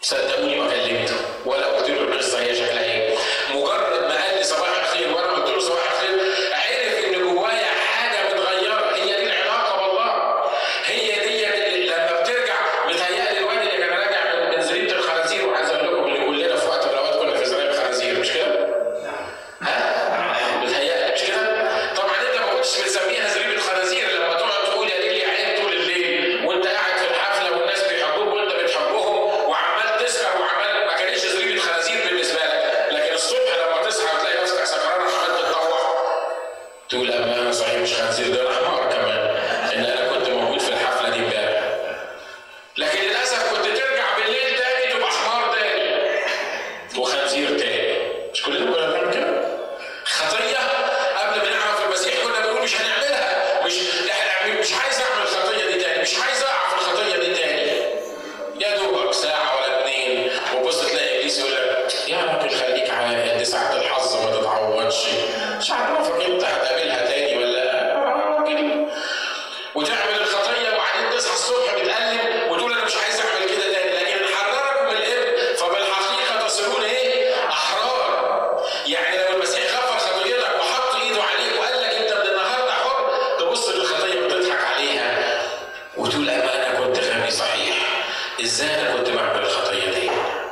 صدقوني ما كلمته ولا قلت له القصه هي شكلها ايه. مجرد ما قال لي صباح الخير وانا قلت له صباح الخير، عرف ان جوايا حاجه متغيره. هي دي العلاقه بالله، هي دي لما بترجع. متهيألي الواد اللي كان راجع من زريبه الخنازير، وعايز اقول لكم اللي كلنا في وقت من الاوقات كنا في زريبه الخنازير، مش كده؟ ها؟ متهيألي مش كده؟ طبعا انت ما كنتش بتسميها زريبه الخنازير لما تقعد تقول يا ليل يا عين طول الليل وانت قاعد في الحفله والناس بيحبوك وانت بتحبهم وعمال تسكر وعمال، ما كانتش زريبه خنازير بالنسبه لك. لكن الصبح لما تصحى وتلاقي نفسك سكران وعمال تتطوع تقول اما انا صحيح مش خنزير، ده انا حمار كمان ان انا كنت موجود في الحفله دي امبارح. لكن للاسف كنت ترجع بالليل تاني تبقى حمار تاني وخنزير تاني. مش كلنا كنا بنعمل كده؟ خطيه قبل ما نعرف المسيح كنا بنقول مش هنعملها، مش عايز اعمل الخطيه دي تاني، مش عايز اقع في الخطيه دي تاني. يا دوبك ساعه ولا اتنين وبص تلاقي ابليس يقول لك يا راجل خليك عاقل، دي ساعه الحظ ما تتعوضش، مش عارفك انت هتقابلها تاني ولا راجل، وتعمل الخطيه وبعدين تصحى الصبح بتقلب وتقول انا مش عايز اعمل كده تاني. لكن حرركم الابن فبالحقيقه تصيرون ايه؟ احرار. يعني لو المسيح غفر خطيتك وحط ايده عليك وقال لك انت من النهارده حر، تبص للخطيه وتضحك عليها وتقول اما انا كنت غبي صحيح، ازاي انا كنت بعمل الخطيه دي؟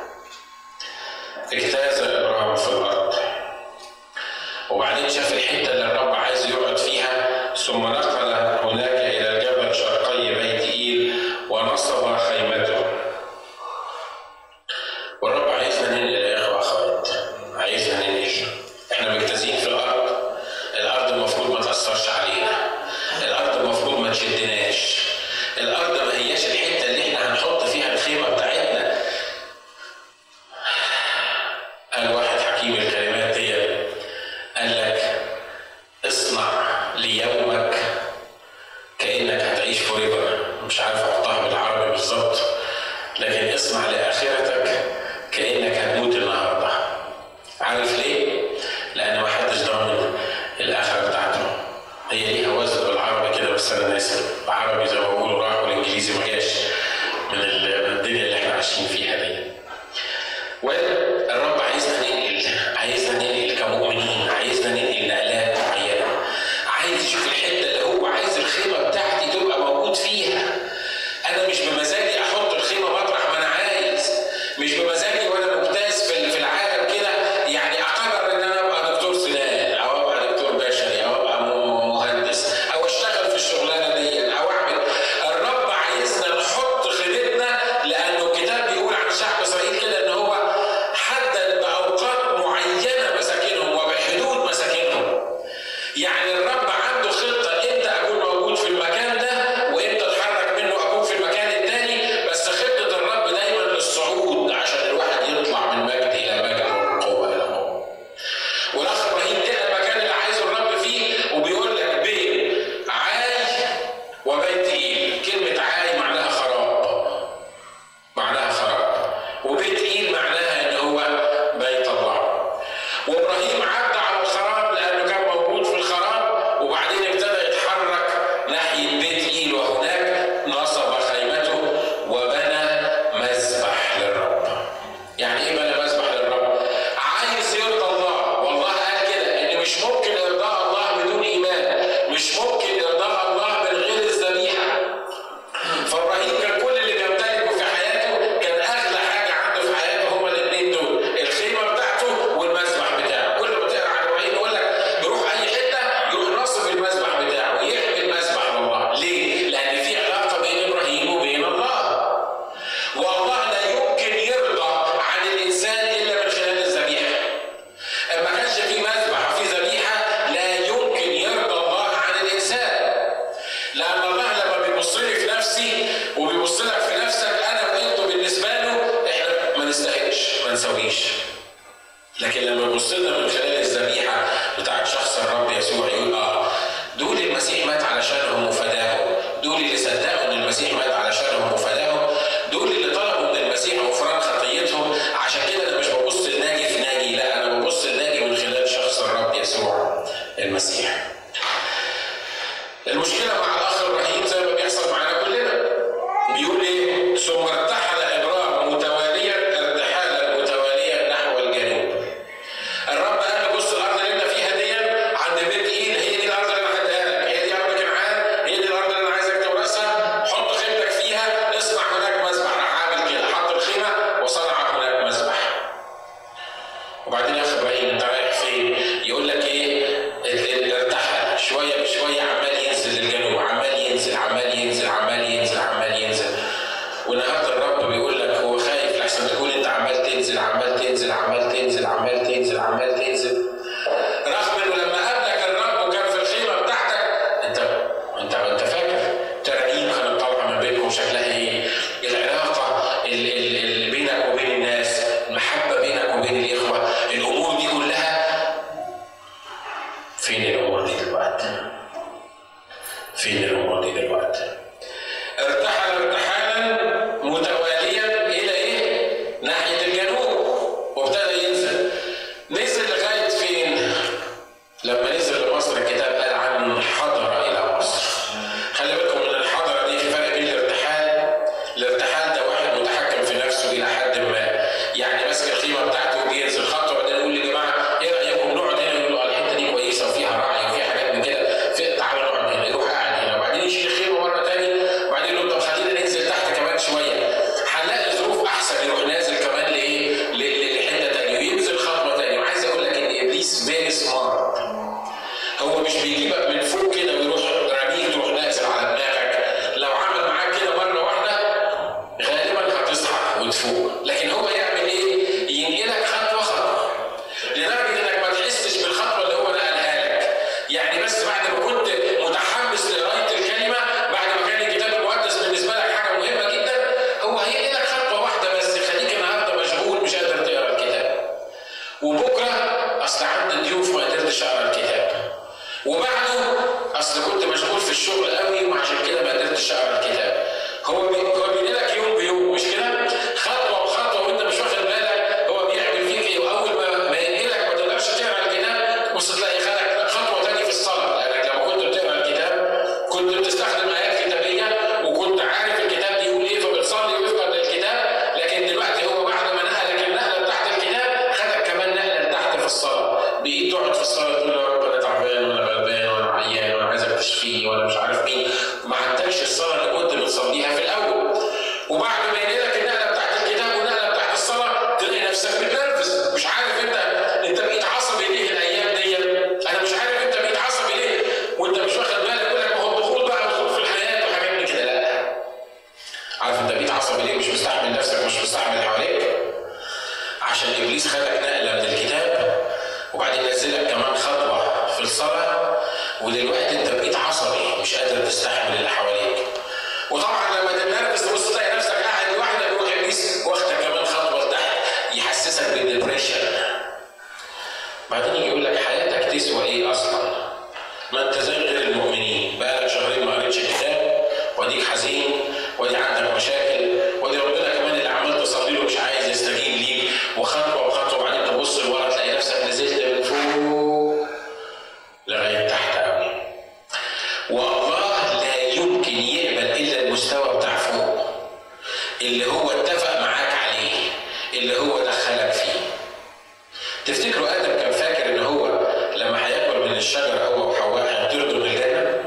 اجتاز ابراهيم في الارض وبعدين شاف الحته اللي الرب عايز يقعد فيها، ثم نقل هناك الى الجبل شرقي بيت إيل ونصب خيمته. والرب عايزنا ننقل يا اخوه اخوات، عايزنا ننقل. احنا مجتازين في الارض، الارض المفروض ما تاثرش علينا، الارض المفروض ما تشدناش، الارض ما هياش الحته اللي احنا هنحط فيها الخيمه بتاعتنا. قال واحد حكيم الكلمات دي، قال لك اصنع ليومك كأنك هتعيش فوريفر. مش عارف احطها بالعربي بالظبط، لكن اصنع لآخرتك كأنك هتموت النهارده. عارف ليه؟ لأن ما حدش ضامن الآخرة بتاعته. هي ليها وزن بالعربي كده بس أنا ناسي بعربي زي ما بقولوا راح، والإنجليزي ما جاش من الدنيا اللي احنا عايشين فيها دي. والرب عايزنا ننقل، عايزنا ننقل كمؤمنين، عايزنا ننقل نقلات معينه، عايز يشوف الحته اللي هو عايز الخيمه بتاعتي تبقى موجود فيها. انا مش بمزاجي احط الخيمه مطرح ما انا عايز، مش بمزاجي وانا ممتاز في العالم كده يعني اقرر ان انا ابقى دكتور سنان او ابقى دكتور بشري او ابقى مهندس او اشتغل في الشغلانه دي او اعمل. الرب عايزنا نحط خيمتنا، لانه الكتاب بيقول عن شعب اسرائيل كده ان هو حدد بأوقات معينة مساكنهم وبحدود مساكنهم. يعني الرب عنده خطة امتى أكون موجود في المكان ده وامتى أتحرك منه أكون في المكان التاني، بس خطة الرب دايما للصعود عشان الواحد يطلع من مجد إلى مجد ومن قوة إلى قوة. والأخ إبراهيم لقى المكان اللي عايزه الرب فيه، وبيقول لك بين عاي وبيت إيل. كلمة عاي معناها خراب، معناها خراب، وبيت إيل معناها إن هو بيت الله. وإبراهيم عدى على الخراب لأنه كان موجود في الخراب، وبعدين ابتدى يتحرك ناحية بيت إيل، وهناك نصب خيمته وبنى مذبح للرب. يعني إيه بنى مذبح للرب؟ عايز يرضى الله، والله قال كده إن مش ممكن إرضاء الله بدون إيمان، مش ممكن إرضاء الله من غير الذبيحة. فإبراهيم كان كل اللي بيمتلكه في حياته كان أغلى حاجة عنده في حياته هما الاثنين دول، الخيمة بتاعته والمذبح بتاعه. كل ما تقرا عن إبراهيم يقول لك يروح أي حتة يروح ناصب المذبح بتاعه ويحمل مذبح لله. ليه؟ لأن في علاقة بين إبراهيم وبين الله، والله لا يمكن يرضى عن الإنسان إلا من خلال الذبيحة. ما كانش في مذبح وفي ذبيحة لا يمكن يرضى الله عن الإنسان، لأن الله لما بيبص لي في نفسي وبيبص لك في نفسك أنا وأنتوا بالنسبة له إحنا ما نستحقش ما نسويش. لكن لما يبص لنا من خلال الذبيحة بتاعت شخص الرب يسوع يقول دول المسيح مات علشانهم وفداهم، دول اللي صدقوا إن المسيح مات علشانهم وفداهم، دول اللي طلبوا من المسيح غفران خطيتهم. عشان كده أنا مش ببص لناجي في ناجي، لا أنا ببص لناجي من خلال شخص الرب يسوع المسيح. المشكلة مع الأخ إبراهيم زي ما بيحصل معنا كلنا، بيقول إيه؟ ثم ارتحل إبراهيم متواليا الى حد ما، يعني ماسك الخيمه بتاعته وبينزل خطوه وبعدين يقول لجماعه ايه رايكم نقعد هنا، يقول له الحته دي كويسه وفيها راعي وفيها حاجات من كده، تعالوا نقعد هنا، يروح قاعد هنا وبعدين يشيل الخيمه مره ثانيه وبعدين يقول له طب خلينا ننزل تحت كمان شويه، هنلاقي ظروف احسن يروح نازل كمان لايه؟ لحته ثانيه وينزل خطوه ثانيه. وعايز اقول لك ان ابليس فيري سمارت، هو مش بيجيبك من فوق كده ويروح رميك تروح نازل على دماغك، لو عمل معاك كده مره واحده غالبا هتصحى وتفوق، لكن هو يعمل ايه؟ ينقلك خطوه خطوه لدرجه انك ما تحسش بالخطوه اللي هو نقلها لك. يعني بس بعد ما كنت متحمس لقراءه الكلمه، بعد ما كان الكتاب المقدس بالنسبه لك حاجه مهمه جدا، هو هينقلك خطوه واحده بس، خليك النهارده مشغول مش قادر تقرا الكتاب، وبكره اصل عندي ضيوف ما قدرتش اقرا الكتاب، وبعده اصل كنت مشغول في الشغل قوي وعشان كده ما قدرتش اقرا الكتاب. هو بينقلك يوم بيوم، مش كده؟ خطوه بخطوه وانت مش واخد بالك هو بيعمل فيك ايه، واول ما ينقلك ما تقدرش تقرا الكتاب، بص تلاقي خدك خطوه ثانيه في الصلاه، لانك لما كنت بتقرا الكتاب كنت بتستخدم ايات كتابيه وكنت عارف الكتاب بيقول ايه فبتصلي وفقا للكتاب، لكن دلوقتي هو بعد ما نقلك النقله بتاعت الكتاب خدك كمان نقله لتحت في الصلاه، بقيت تقعد في الصلاه تقول يا رب انا تعبان وانا غلبان وانا عيان وانا عايزك تشفيني وانا مش عارف مين، ما عندكش الصلاه اللي كنت بتصليها في الاول. وبعد ما ينقلك النقله بتاعت الكتاب والنقله بتاعت الصلاه تلاقي نفسك بتنرفز، مش عارف انت بقيت عصبي ليه الايام دي، انا مش عارف انت بقيت عصبي ليه وانت مش واخد بالك، يقول لك ما هو الضغوط بقى والظروف في الحياه وحاجات من كده. لا، عارف انت بقيت عصبي ليه؟ مش مستحمل نفسك مش مستحمل اللي حواليك، عشان ابليس خدك نقله من الكتاب وبعدين نزلك كمان خطوه في الصلاه، ودلوقتي انت بقيت عصبي مش قادر تستحمل اللي حواليك. وطبعا لما تتنرفز تبص تلاقي نفسك قاعد لوحدك يروح ابليس واخدك كمان خطوه لتحت يحسسك بالديبريشن. بعدين يجي يقول لك حياتك تسوى ايه اصلا؟ ما انت زي غير المؤمنين، بقالك شهرين ما قريتش الكتاب واديك حزين وادي عندك مشاكل وادي ربنا كمان اللي عمال تصلي له مش عايز يستجيب ليك، وخطوه وخطوه وبعدين تبص لورا تلاقي نفسك نزلت من فوق لغايه تحت قوي. والله لا يمكن يقبل الا المستوى بتاع فوق اللي هو اتفق معاك عليه، اللي هو دخلك فيه. تفتكروا ادم كان فاكر ان هو لما هياكل من الشجره هو وحواء هيطردوا من الجنه؟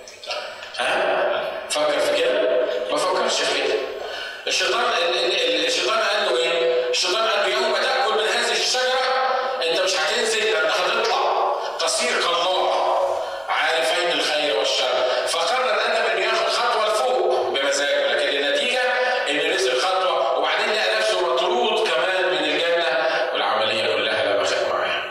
فكر في كده؟ ما فكرش في كده. الشيطان قال له ايه؟ الشيطان قال له يوم تاكل من هذه الشجره انت مش هتنزل، انت هتطلع تصير كالله عارفين الخير والشر. فقرر ادم انه ياخد خطوه لفوق بمزاجه، لكن النتيجه انه نزل خطوه وبعدين لقى نفسه مطرود كمان من الجنه والعمليه كلها لبخت معاه.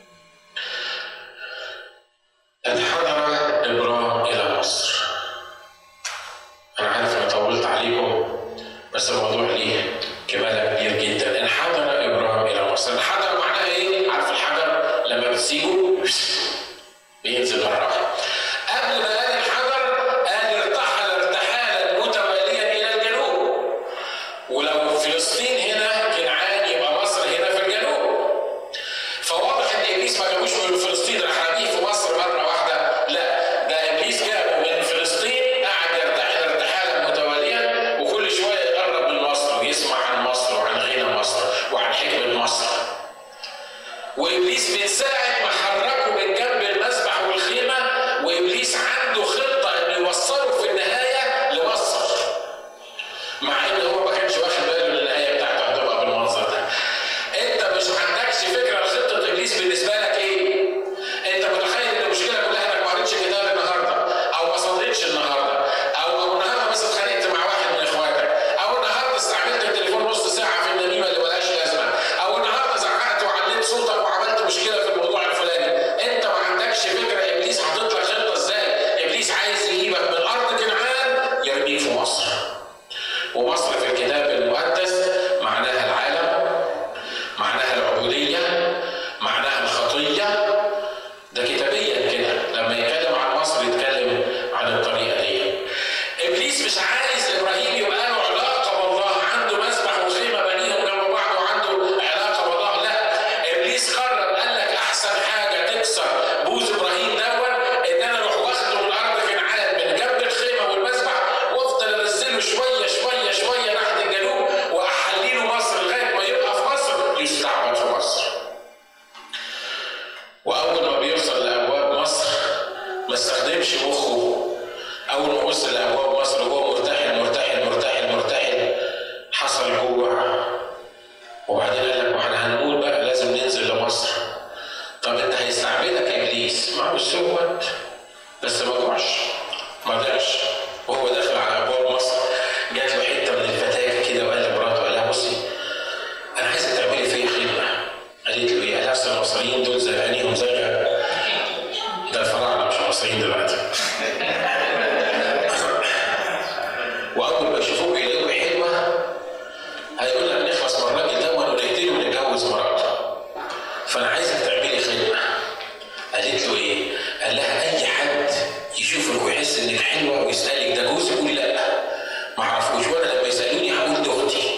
انحدر ابرام الى مصر. انا عارف اني طولت عليكم بس الموضوع ليه كمالة كبير جدا. انحدر ابرام الى مصر. انحدر معناها ايه؟ عارف الحجر لما بتسيبه بينزل مره واحده. قبل ما قال انحدر قال ارتحل ارتحالا متواليا الى الجنوب. ولو فلسطين هنا كنعان يبقى مصر هنا في الجنوب. فواضح ان ابليس ما جابوش من فلسطين راح رميه في مصر مره واحده، لا ده ابليس جابه من فلسطين قعد يرتحل ارتحالا متواليا وكل شويه يقرب من مصر ويسمع عن مصر وعن غنى مصر وعن حكمه مصر. وابليس من ساعه ما حركه من جنب المذبح والخيمه وابليس عنده خطه انه يوصله في النهايه لمصر، مع ان هو ما كانش واخد باله ان النهايه بتاعته هتبقى بالمنظر ده. انت مش عندكش فكره خطه ابليس بالنسبه لك ايه؟ انت متخيل ان المشكله كلها انك ما قريتش كتاب النهارده او ما صليتش النهارده او النهارده بس اتخانقت مع واحد من اخواتك او النهارده استعملت التليفون نص ساعه في النميمه اللي ملهاش لازمه او النهارده زعقت وعليت صوتك وعملت مشكله في الموضوع الفلاني يسالك ده جوزي قولي لا ما اعرفوش، وانا لما يسالوني هقول دي اختي.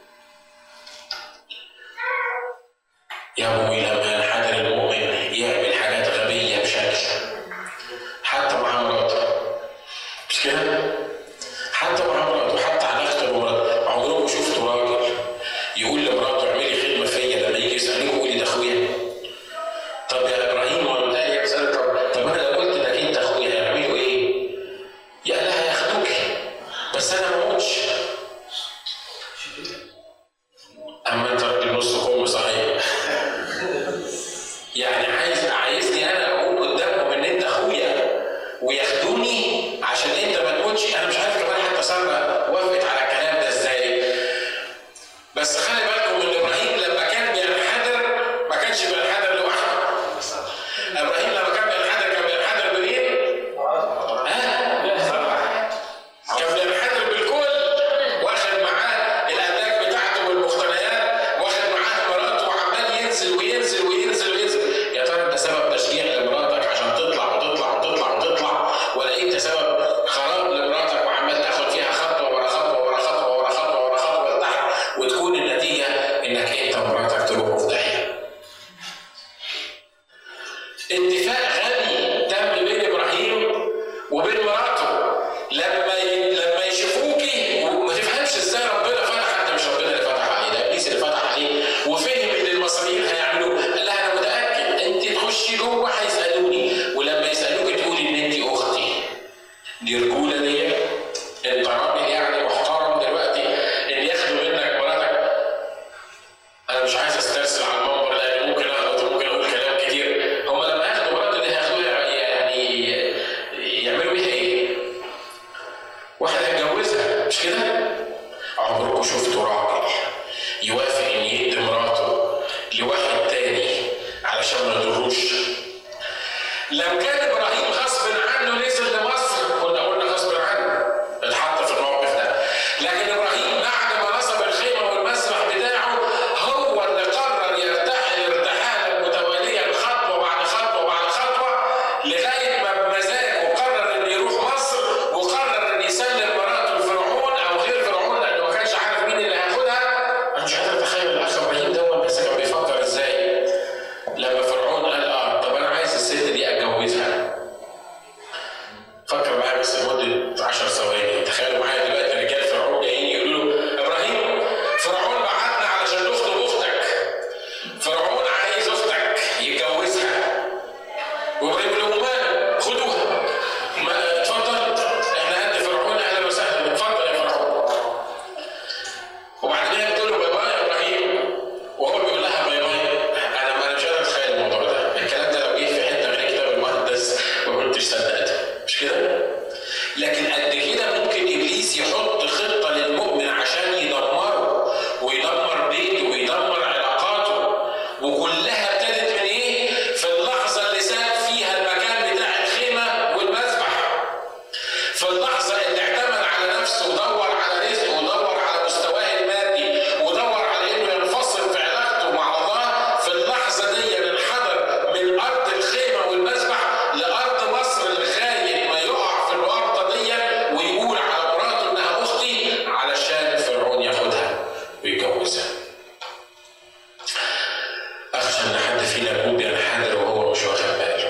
يا ابوي لما ينحدر المؤمن يعمل حاجات غبيه بشكل حتى مع مراته، مش كده؟ حتى مع مراته، حتى علاقته بمراته. عمركم شفتوا راجل يقول لمراته اعملي خدمه فيا لما يجي يسالوه قولي ده اخويا؟ طب يا ابراهيم هو متهيألي يسأل طب انا لو قلت انك انت اخويا هيعملوا ايه؟ يا لا هياخدوك بس انا ما اموتش. اما انت راجل نص كم صحيح. يعني عايزني انا اقول قدامهم ان انت اخويا وياخدوني عشان انت ما تموتش؟ انا مش عارف كمان حتى ساره وافقت على الكلام ده ازاي. بس خلي بالكم ان ابراهيم لما كان بينحدر ما كانش بينحدر لوحده. ابراهيم لما كان بينحدر كان بينحدر بمين؟ كان بينحدر بالكل، واخد معاه الاملاك بتاعته والمقتنيات، واخد معاه مراته وعمال ينزل وينزل وينزل وينزل. يا ترى ده سبب تشجيع لمراتك عشان تطلع وتطلع وتطلع وتطلع، ولا انت سبب خراب لمراتك وعمال تاخد فيها خطوه ورا خطوه ورا خطوه ورا خطوه ورا خطوه لتحت، وتكون النتيجه انك انت ومراتك تروحوا في داهيه؟ اتفاق غبي تم بين ابراهيم وبين مراته. لما يشوفوكي وما تفهمش ازاي ربنا فتح، ده مش ربنا اللي فتح عليه، ده ابليس اللي فتح عليه، وفهم ان المصريين هيعملوا. قال لها انا متاكد انت تخشي جوه هيسالوني، ولما يسالوك تقولي ان انت اختي. دي رجوله دي. انت راجل يعني محترم دلوقتي ان ياخدوا منك مراتك. انا مش عايز استرسل على المنبر لان ممكن اغلط وممكن اقول كلام كتير. هم لما ياخدوا مراتك دي هياخدوها يعني يعملوا بيها ايه؟ واحد هيتجوزها مش كده؟ عمركم شفتوا راجل يوافق ان يدي مراته لواحد تاني علشان ما يضروش؟ لو كان ابراهيم غصب عنه نزل لمصر كنا قلنا غصب عنه اتحط في الموقف ده، لكن ابراهيم بعد ما نصب الخيمه والمسبح بتاعه هو اللي قرر يرتحل ارتحالا متواليا خطوه بعد خطوه بعد خطوه لغايه ما بمزاجه قرر انه يروح مصر، وقرر انه يسلم مراته لفرعون او غير فرعون لانه ما كانش عارف مين اللي هياخدها. انا مش قادر اتخيل الاخ ابراهيم ده بس كان بيفكر ازاي لما فرعون قال طب انا عايز الست دي اتجوزها. فكر معايا بس لمده 10 ثواني. تخيلوا معايا دلوقتي رجال فرعون جايين يقولوا له ابراهيم فرعون بعتنا علشان نخطب اختك، فرعون عايز اختك يتجوزها. وابراهيم يقول لهم ماله خدوها، ما اتفضل احنا قد فرعون اهلا وسهلا، اتفضل يا فرعون. وبعد كده بتقول له باي باي يا ابراهيم وهو بيقول لها باي باي. انا مش قادر اتخيل الموضوع ده. الكلام ده لو جه في حته غير الكتاب المقدس ما كنتش صدقته، مش كده؟ لكن قد كده ممكن ابليس يحط خطه للمؤمن عشان يدمره ويدمر بيته ويدمر علاقاته، وكلها ابتدت من ايه؟ في اللحظه اللي ساب فيها المكان بتاع الخيمه والمذبح، في اللحظه اللي اعتمد على نفسه ودور على رزقه ودور على مستواه المادي ودور على انه ينفصل في علاقته مع الله. في اللحظه دي انحدر من ارض الخيمه والمذبح لارض مصر لغايه ما يقع في الورطه دي ويقول على مراته انها اختي علشان فرعون ياخدها ويتجوزها. اخشى ان حد فينا يكون بينحدر وهو مش واخد باله.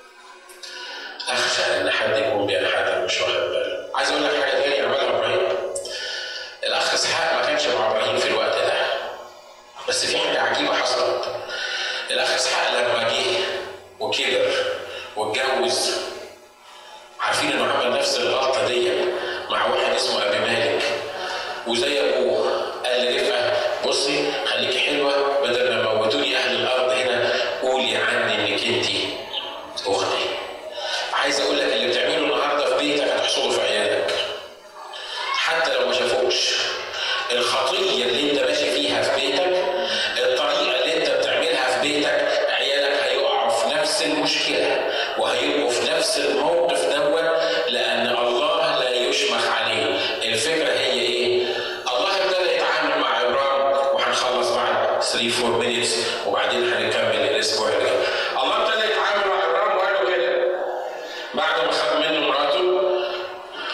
اخشى ان حد يكون بينحدر ومش واخد باله. عايز اقول لك حاجه تانية عملها ابراهيم. الاخ اسحاق ما كانش مع ابراهيم في الوقت ده، بس في حاجه عجيبه حصلت. الاخ اسحاق لما جه وكبر واتجوز، عارفين انه عمل نفس الغلطه دي مع واحد اسمه ابي مالك، وزي ابوه قال لرفقه بصي خليكي حلوه بدل ما موتوني اهل الارض هنا قولي عني انك انت اختي. عايز اقول لك اللي بتعمله النهارده في بيتك هتحصله في عيالك حتى لو ما شافوش. الخطيه اللي انت ماشي فيها في بيتك، الطريقه اللي انت بتعملها في بيتك، عيالك هيقعوا في نفس المشكله وهيبقوا في نفس الموقف دوت، لان الله لا يشمخ عليه. الفكره هي ايه؟ الله ابتدى يتعامل مع ابراهيم وهنخلص بعد 3-4 minutes وبعدين هنكمل الاسبوع اللي جاي. الله ابتدى يتعامل مع ابراهيم وقال له كده بعد ما خد منه مراته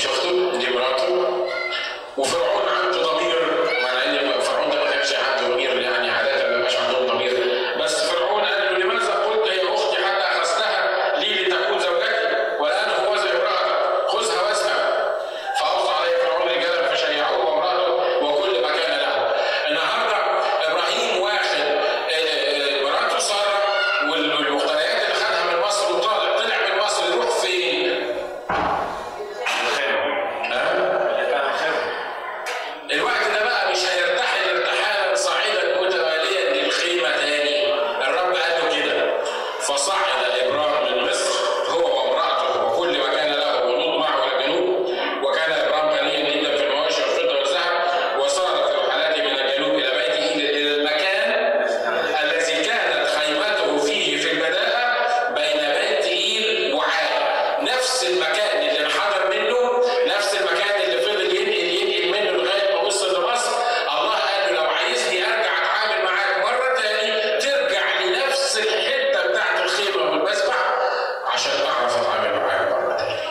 مش اخته، دي مراته. وفرعون عنده ضمير، مع ان فرعون ده ما كانش عنده ضمير، يعني عاده ما بيبقاش عندهم ضمير، بس فرعون قال له لماذا قلت هي اختي حتى اخذتها لي لتكون زوجتي والان هو زي امرأتك خذها واذهب. فاوصى عليه فرعون رجالا فشيعوه وامراته وكل ما كان له. النهارده ابراهيم واخد مراته ساره والمقتنيات اللي خدها من مصر وطلع من مصر، يروح فين؟ الوقت ده بقى مش هيرتحل ارتحالا صاعدا متواليا للخيمه تاني. الرب قال له كده: فصعد ابرام من مصر هو وامراته وكل ما كان له ولوط معه الى الجنوب، وكان ابرام غنيا جدا في المواشي والفضه والذهب، وصارت رحلاته من الجنوب الى بيته الى المكان الذي كانت خيمته فيه في البداءه بين بيت ايل وعاي. نفس المكان اللي انحدر منه، نفس المكان اللي فضل ينقل منه لغايه ما وصل لمصر. الله قال له: لو عايزني ارجع اتعامل معاك مره تاني، ترجع لنفس الحته بتاعت الخيمه والمسبح عشان اعرف اتعامل معاك مره تاني.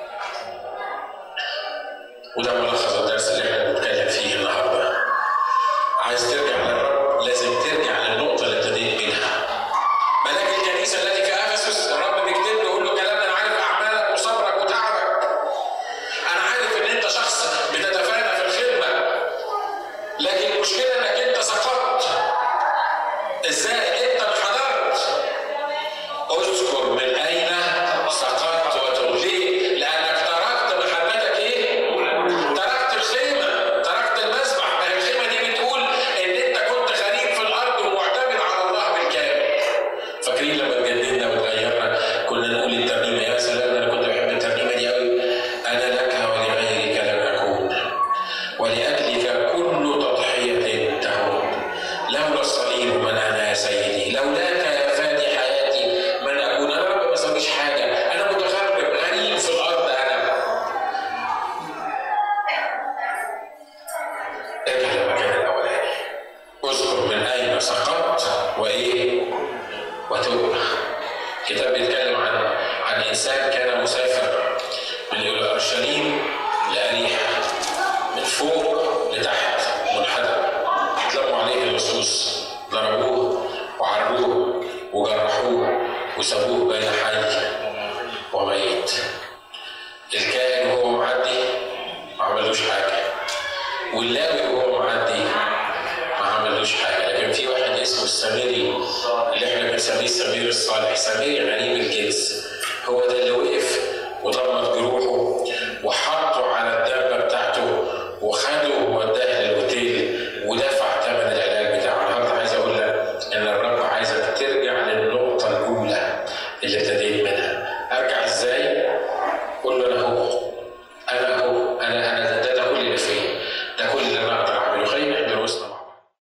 وده ملخص الدرس اللي احنا بنتكلم فيه النهارده. عايز ترجع للرب، لازم ترجع للنقطه اللي ابتديت منها. ملاك الكنيسه التي في افسس، الرب بيكتب له يقول له: كلام انا عارف اعمالك وصبرك وتعبك. انا عارف ان انت شخص بتتفانى في الخدمه، لكن المشكله انك انت سقطت. ازاي؟ انت انحدرت. اذكر من اين سقطت وتوب. ليه؟ لانك تركت محبتك ايه؟ تركت الخيمه، تركت المسبح. ما هي الخيمه دي بتقول ان انت كنت غريب في الارض ومعتمد على الله بالكامل. فاكرين لما اتجددنا واتغيرنا كنا نقول الترنيمه: يا سلام، انا كنت بحب الترنيمه دي قوي. انا لك ولغيرك لم اكون، ولاجلك كل تضحيه تهون. لولا الصليب من انا يا سيدي، لولاك يا فادي حياتي من اكون. انا رب ما اسويش حاجه، انا متغرب غريب في الارض. انا ارجع للمكان الاولاني. اذكر من اين سقطت وايه؟ وتوب. الكتاب بيتكلم عن انسان كان مسافر من اورشليم لاريحا، من فوق لتحت منحدر. اتلموا عليه اللصوص، ضربوه وعروه وجرحوه وسابوه بين حي وميت. الكاهن وهو معدي ما عملوش حاجه، واللاوي وهو معدي ما عملوش حاجه. لكن في واحد اسمه السامري اللي احنا بنسميه السمير الصالح، سامري غريب الجنس، هو ده اللي وقف وضمت جروحه وحط